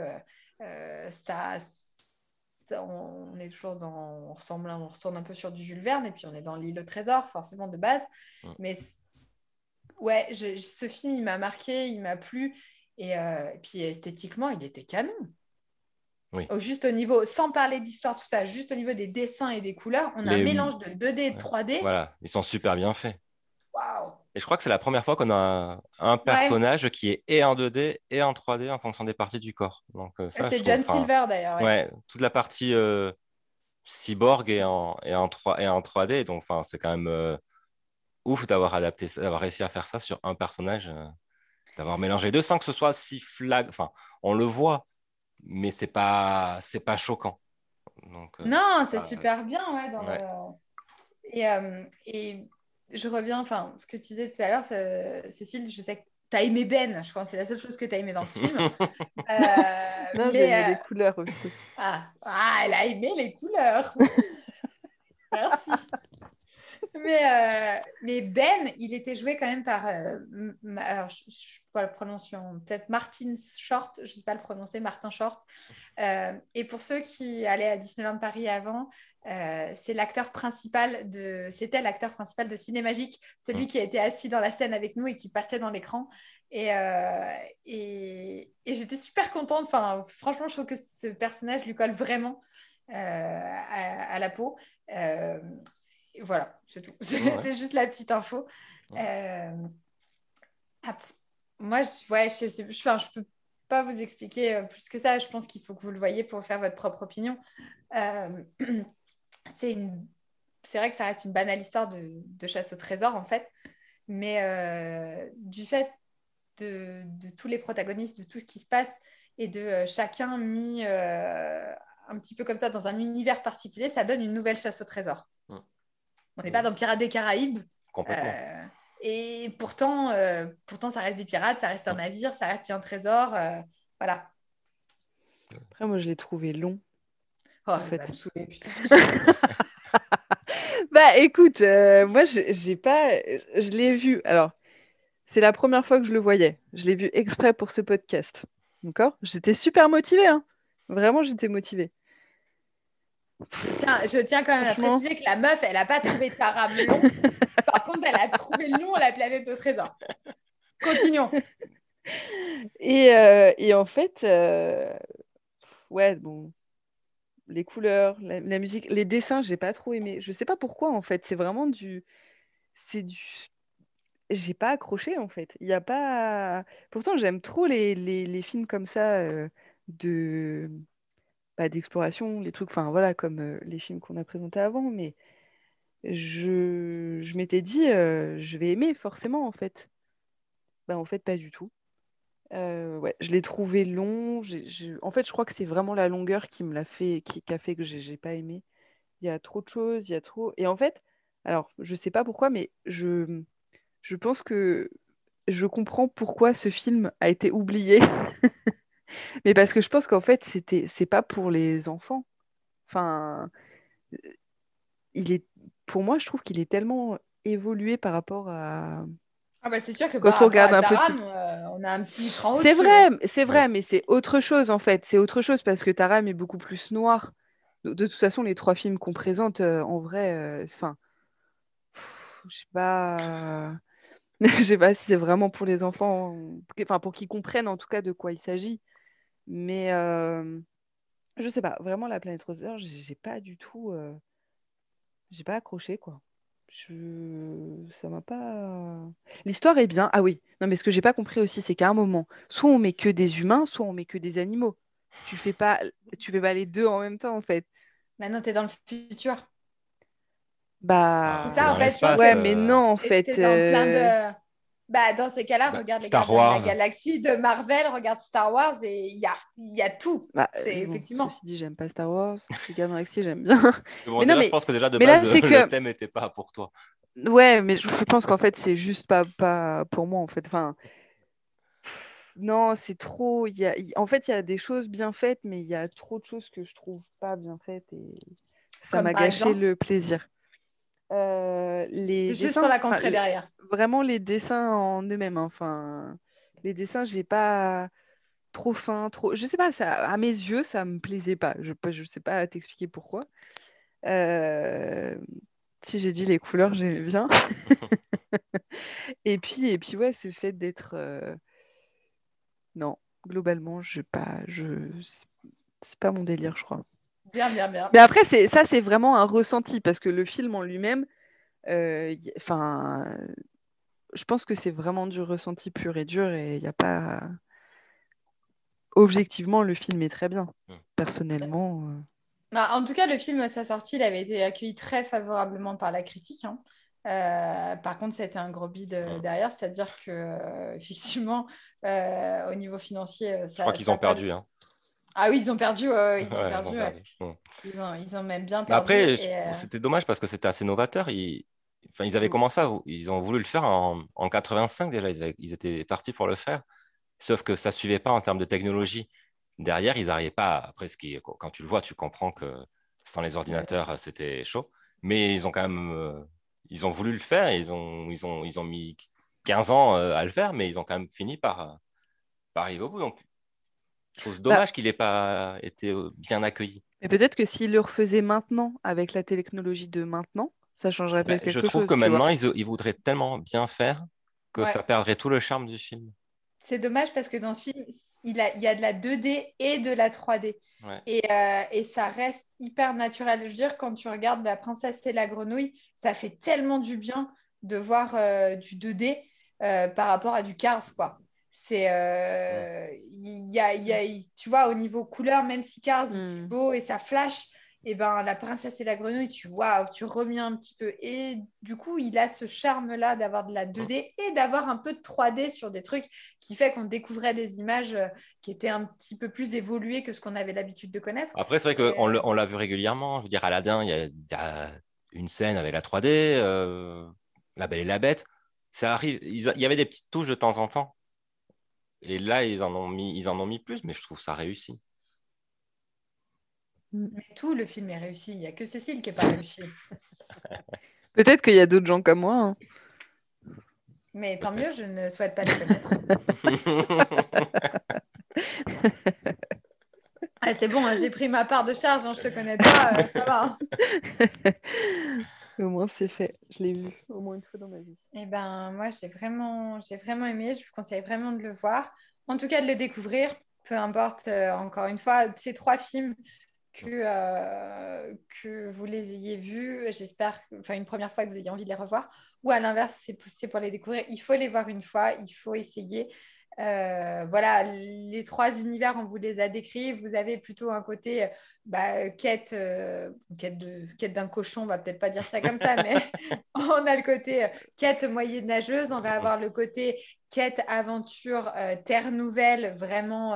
on est toujours on retourne un peu sur du Jules Verne et puis on est dans l'île au trésor, forcément de base. Mais ouais, ce film, il m'a marqué, il m'a plu. Et puis esthétiquement, il était canon. Oui. Juste au niveau, sans parler d'histoire, tout ça, juste au niveau des dessins et des couleurs, on a un mélange de 2D et de 3D. Voilà, ils sont super bien faits. Waouh! Et je crois que c'est la première fois qu'on a un personnage qui est et en 2D et en 3D en fonction des parties du corps. Donc ça, je C'est trouve, John Silver d'ailleurs. ouais, toute la partie cyborg et en 3D. Donc c'est quand même ouf d'avoir réussi à faire ça sur un personnage, d'avoir mélangé les deux sans que ce soit si enfin, on le voit, mais c'est pas choquant. Donc, Non, c'est super bien, ouais, ouais. Et je reviens, enfin, ce que tu disais tout à l'heure, Cécile, je sais que tu as aimé Ben, je crois que c'est la seule chose que tu as aimé dans le film. Non, j'ai aimé les couleurs aussi. Elle a aimé les couleurs. Merci. Mais Ben, il était joué quand même par, alors, je ne sais pas la prononciation, peut-être Martin Short, je ne sais pas le prononcer, Martin Short. Et pour ceux qui allaient à Disneyland Paris avant, c'était l'acteur principal de Cinémagique, celui qui a été assis dans la scène avec nous et qui passait dans l'écran. Et j'étais super contente. Enfin, franchement, je trouve que ce personnage lui colle vraiment à la peau. Voilà, c'est tout. C'était juste la petite info. Moi, je peux pas vous expliquer plus que ça. Je pense qu'il faut que vous le voyez pour faire votre propre opinion. C'est vrai que ça reste une banale histoire de chasse au trésor, en fait. Mais du fait de tous les protagonistes, de tout ce qui se passe et de chacun mis un petit peu comme ça dans un univers particulier, ça donne une nouvelle chasse au trésor. On n'est pas dans Pirates des Caraïbes. Complètement. Et pourtant, ça reste des pirates, ça reste un navire, ça reste un trésor. Voilà. Après, moi, je l'ai trouvé long. Oh, en fait. Me saouler, putain. Bah, écoute, moi, j'ai pas... Je l'ai vu. Alors, c'est la première fois que je le voyais. Je l'ai vu exprès pour ce podcast. D'accord? J'étais super motivée, hein. Vraiment, j'étais motivée. Je tiens quand même à préciser que la meuf, elle n'a pas trouvé Taram long. Par contre, elle a trouvé long la planète au trésor. Continuons. Et en fait, ouais, bon, les couleurs, la musique, les dessins, j'ai pas trop aimé. Je sais pas pourquoi, en fait. C'est vraiment j'ai pas accroché, en fait. Il y a pas... Pourtant, j'aime trop les films comme ça de... d'exploration, les trucs, enfin voilà, comme les films qu'on a présentés avant, mais je m'étais dit, je vais aimer forcément, en fait. Bah, en fait, pas du tout. Ouais, je l'ai trouvé long. En fait, je crois que c'est vraiment la longueur qui me l'a fait, qui a fait que j'ai pas aimé. Il y a trop de choses, il y a trop. Et en fait, alors, je sais pas pourquoi, mais je pense que je comprends pourquoi ce film a été oublié. Mais parce que je pense qu'en fait, c'est pas pour les enfants. Enfin, pour moi, je trouve qu'il est tellement évolué par rapport à Ah bah c'est sûr que quand par on rapport regarde à un peu. Taram, on a un petit cran C'est au-dessus. vrai, c'est vrai, mais c'est autre chose en fait. C'est autre chose parce que Taram est beaucoup plus noir. De toute façon, les trois films qu'on présente, en vrai, enfin, je sais pas. Je sais pas si c'est vraiment pour les enfants, enfin pour qu'ils comprennent en tout cas de quoi il s'agit. Mais je sais pas, vraiment la planète rose, j'ai pas du tout, j'ai pas accroché quoi. Ça m'a pas. L'histoire est bien. Ah oui, non mais ce que j'ai pas compris aussi, c'est qu'à un moment, soit on met que des humains, soit on met que des animaux. Tu fais pas les deux en même temps en fait. Maintenant, tu es dans le futur. Ah, C'est t'es Bah ça, en dans fait, je pense l'espace. ouais, que mais non en t'es fait. dans plein de... Bah, dans ces cas-là, Bah, regarde les Star Gardiens de la Wars. Galaxie de Marvel, regarde Star Wars et il y a tout. Bah, C'est bon, effectivement. ceci dit, j'aime pas Star Wars. Les Gardiens de la Galaxie, j'aime bien. Mais bon, Mais non, déjà, je pense que déjà de mais base, là, c'est le que thème n'était pas pour toi. ouais, mais je pense qu'en fait, c'est juste pas pour moi, en fait. Enfin, non, c'est trop. En fait, il y a des choses bien faites, mais il y a trop de choses que je trouve pas bien faites et ça Comme m'a par gâché exemple, le plaisir. Les c'est juste pour dessins, la contrer derrière. vraiment les dessins en eux-mêmes, hein. Enfin, les dessins, j'ai pas trop fin, trop. Je sais pas, ça, à mes yeux, ça me plaisait pas. Je sais pas t'expliquer pourquoi. Euh, Si j'ai dit les couleurs, j'aimais bien. Et puis ouais, ce fait d'être. Non, globalement, c'est pas mon délire, je crois. Bien, bien, bien. Mais après, c'est vraiment un ressenti parce que le film en lui-même, enfin, je pense que c'est vraiment du ressenti pur et dur et il n'y a pas. Objectivement, le film est très bien. Personnellement. Bah, en tout cas, le film, à sa sortie, il avait été accueilli très favorablement par la critique, hein. Par contre, c'était un gros bide derrière, c'est-à-dire que effectivement, au niveau financier, Je crois ça, qu'ils ça ont a pas. perdu. Hein. Ah oui, ils ont perdu, ils ont Ouais, ils ont perdu, ouais. perdu. Mm. Ils ont même bien Mais perdu. après, Et, c'était dommage parce que c'était assez novateur. Enfin, ils avaient commencé, ils ont voulu le faire en 85 déjà. Ils étaient partis pour le faire. Sauf que ça ne suivait pas en termes de technologie. Derrière, ils n'arrivaient pas. Après, quand tu le vois, tu comprends que sans les ordinateurs, c'était chaud. Mais ils ont quand même, ils ont voulu le faire. Et ils ont mis 15 ans à le faire, mais ils ont quand même fini par arriver au bout. Donc, je trouve Bah, dommage qu'il n'ait pas été bien accueilli. mais peut-être que s'il le refaisait maintenant, avec la technologie de maintenant, ça changerait Ben, peut-être je quelque trouve que chose, tu vois. maintenant, ils voudraient tellement bien faire que ouais. ça perdrait tout le charme du film. C'est dommage parce que dans ce film, il y a de la 2D et de la 3D. Ouais. Et ça reste hyper naturel. Je veux dire, quand tu regardes La Princesse et la Grenouille, ça fait tellement du bien de voir du 2D par rapport à du Cars, quoi. Mm. Tu vois, au niveau couleur, même si Cars, c'est Hmm. beau et ça flash, et ben La Princesse et la Grenouille, waouh, tu reviens un petit peu. Et du coup, il a ce charme-là d'avoir de la Mm. 2D et d'avoir un peu de 3D sur des trucs qui fait qu'on découvrait des images qui étaient un petit peu plus évoluées que ce qu'on avait l'habitude de connaître. Après, c'est vrai Et, qu'on l'a vu régulièrement. Je veux dire, Aladdin, il y a une scène avec la 3D, La Belle et la Bête. Ça arrive. Il y avait des petites touches de temps en temps. Et là, ils en ont mis plus, mais je trouve ça réussi. mais tout le film est réussi. Il n'y a que Cécile qui n'est pas réussie. Peut-être qu'il y a d'autres gens comme moi, hein. Mais tant mieux, Peut-être. je ne souhaite pas les connaître. Ah, c'est bon, hein, j'ai pris ma part de charge, hein, je te connais pas, ça va. Au moins, c'est fait. Je l'ai vu au moins une fois dans ma vie. Eh ben, moi, j'ai vraiment aimé. Je vous conseille vraiment de le voir. En tout cas, de le découvrir. Peu importe, encore une fois, ces trois films que vous les ayez vus. J'espère, enfin, une première fois que vous ayez envie de les revoir. Ou à l'inverse, c'est pour les découvrir. Il faut les voir une fois, il faut essayer. Voilà, les trois univers, on vous les a décrits. Vous avez plutôt un côté quête d'un cochon, on va peut-être pas dire ça comme ça, mais on a le côté quête moyenâgeuse, on va avoir le côté quête aventure terre nouvelle, vraiment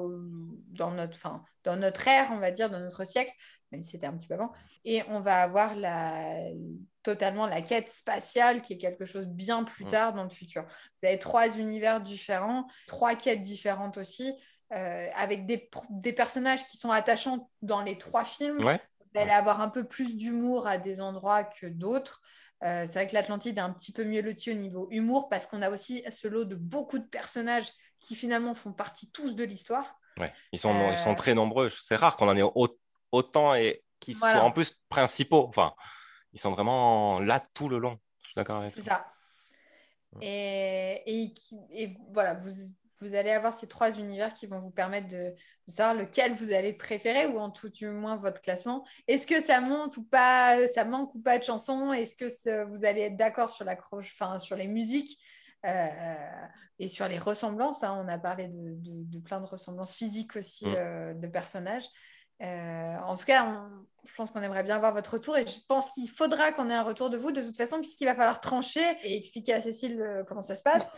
dans notre ère, on va dire, dans notre siècle, même si c'était un petit peu avant. Et on va avoir totalement la quête spatiale, qui est quelque chose bien plus tard dans le futur. Vous avez trois univers différents, trois quêtes différentes aussi, avec des personnages qui sont attachants dans les trois films. Ouais. Vous allez avoir un peu plus d'humour à des endroits que d'autres. C'est vrai que l'Atlantide est un petit peu mieux loti au niveau humour parce qu'on a aussi ce lot de beaucoup de personnages qui finalement font partie tous de l'histoire. Ouais. Ils sont très nombreux. C'est rare qu'on en ait autant et qui soient en Voilà, plus principaux. Enfin, ils sont vraiment là tout le long. Je suis d'accord avec c'est toi. ça. Et voilà, vous allez avoir ces 3 univers qui vont vous permettre de savoir lequel vous allez préférer, ou en tout du moins votre classement. Est-ce que ça monte ou pas, ça manque ou pas de chansons? Est-ce que vous allez être d'accord sur sur les musiques et sur les ressemblances, hein. On a parlé de plein de ressemblances physiques aussi de personnages. En tout cas, je pense qu'on aimerait bien avoir votre retour, et je pense qu'il faudra qu'on ait un retour de vous de toute façon, puisqu'il va falloir trancher et expliquer à Cécile comment ça se passe.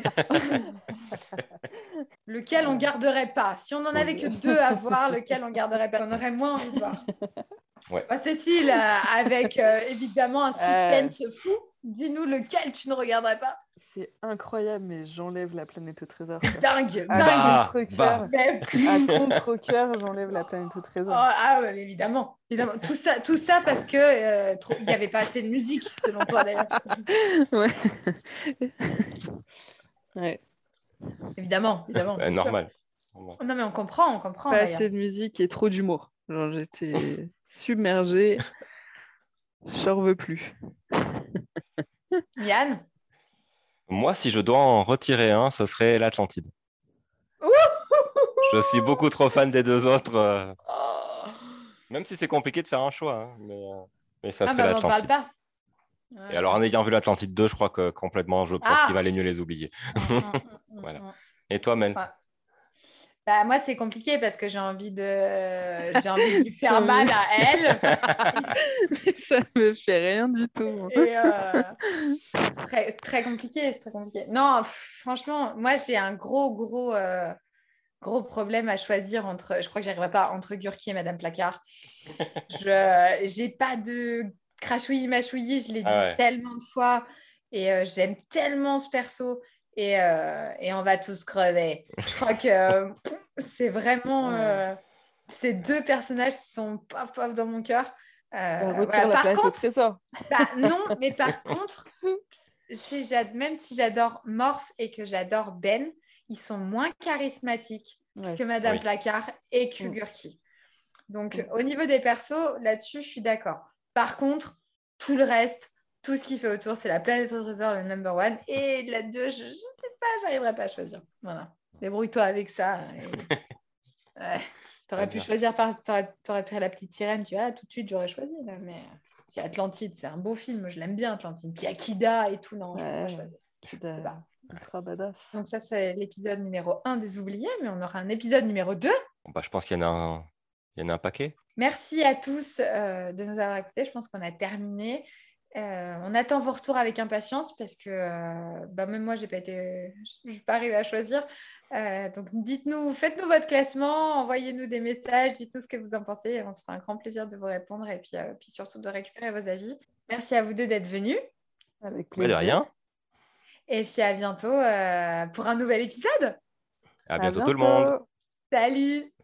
Lequel on garderait pas? Si on n'en avait que 2 à voir, lequel on garderait pas? On aurait moins envie de voir. Ouais. Cécile, avec évidemment un suspense fou, dis-nous lequel tu ne regarderais pas. C'est incroyable, mais j'enlève La planète au trésor. Dingue. À contre-cœur, j'enlève La planète au trésor. Ouais, évidemment. Tout ça parce que il n'y avait pas assez de musique, selon toi d'ailleurs. Ouais. Ouais. Évidemment. Normal. Non, mais on comprend. Pas assez de musique et trop d'humour. Genre, j'étais submergée. J'en veux plus. Yann? Moi, si je dois en retirer un, ce serait l'Atlantide. Je suis beaucoup trop fan des 2 autres. Même si c'est compliqué de faire un choix. Hein, mais ça serait l'Atlantide. On parle pas. Ouais. Et alors, en ayant vu l'Atlantide 2, je crois que complètement, je pense qu'il valait mieux les oublier. Voilà. Et toi, Mel? Bah, moi, c'est compliqué parce que j'ai envie de lui faire mal à elle. Mais ça me fait rien du tout. C'est très compliqué. Non, franchement, moi, j'ai un gros problème à choisir entre... Je crois que j'arriverai pas entre Gurki et Madame Placard. J'ai pas de crachouillis machouillis, je l'ai dit tellement de fois. Et j'aime tellement ce perso. Et on va tous crever. Je crois que c'est vraiment ces 2 personnages qui sont paf dans mon cœur. Retire La planète au trésor. Non, mais par contre, même si j'adore Morph et que j'adore Ben, ils sont moins charismatiques que Madame Placard et que Gurki. Donc, au niveau des persos, là-dessus, je suis d'accord. Par contre, tout le reste, tout ce qui fait autour, c'est La planète au trésor, le number 1. Et la 2, je sais pas, j'arriverai pas à choisir. Voilà. Débrouille-toi avec ça. T'aurais pu choisir, t'aurais pris La petite sirène, tu vois, tout de suite, j'aurais choisi. Là. Mais si Atlantide, c'est un beau film, je l'aime bien, Atlantide. Puis Akida et tout, non, je peux pas choisir. Akida, ultra badass. Donc ça, c'est l'épisode numéro 1 des oubliés, mais on aura un épisode numéro 2. Je pense qu'il y en a un paquet. Merci à tous de nous avoir écoutés. Je pense qu'on a terminé. On attend vos retours avec impatience parce que même moi, je n'ai pas arrivé à choisir. Donc, faites-nous votre classement, envoyez-nous des messages, dites-nous ce que vous en pensez. On se fera un grand plaisir de vous répondre et puis surtout de récupérer vos avis. Merci à vous 2 d'être venus. Avec plaisir. De rien. Et puis à bientôt pour un nouvel épisode. À bientôt tout le monde. Salut.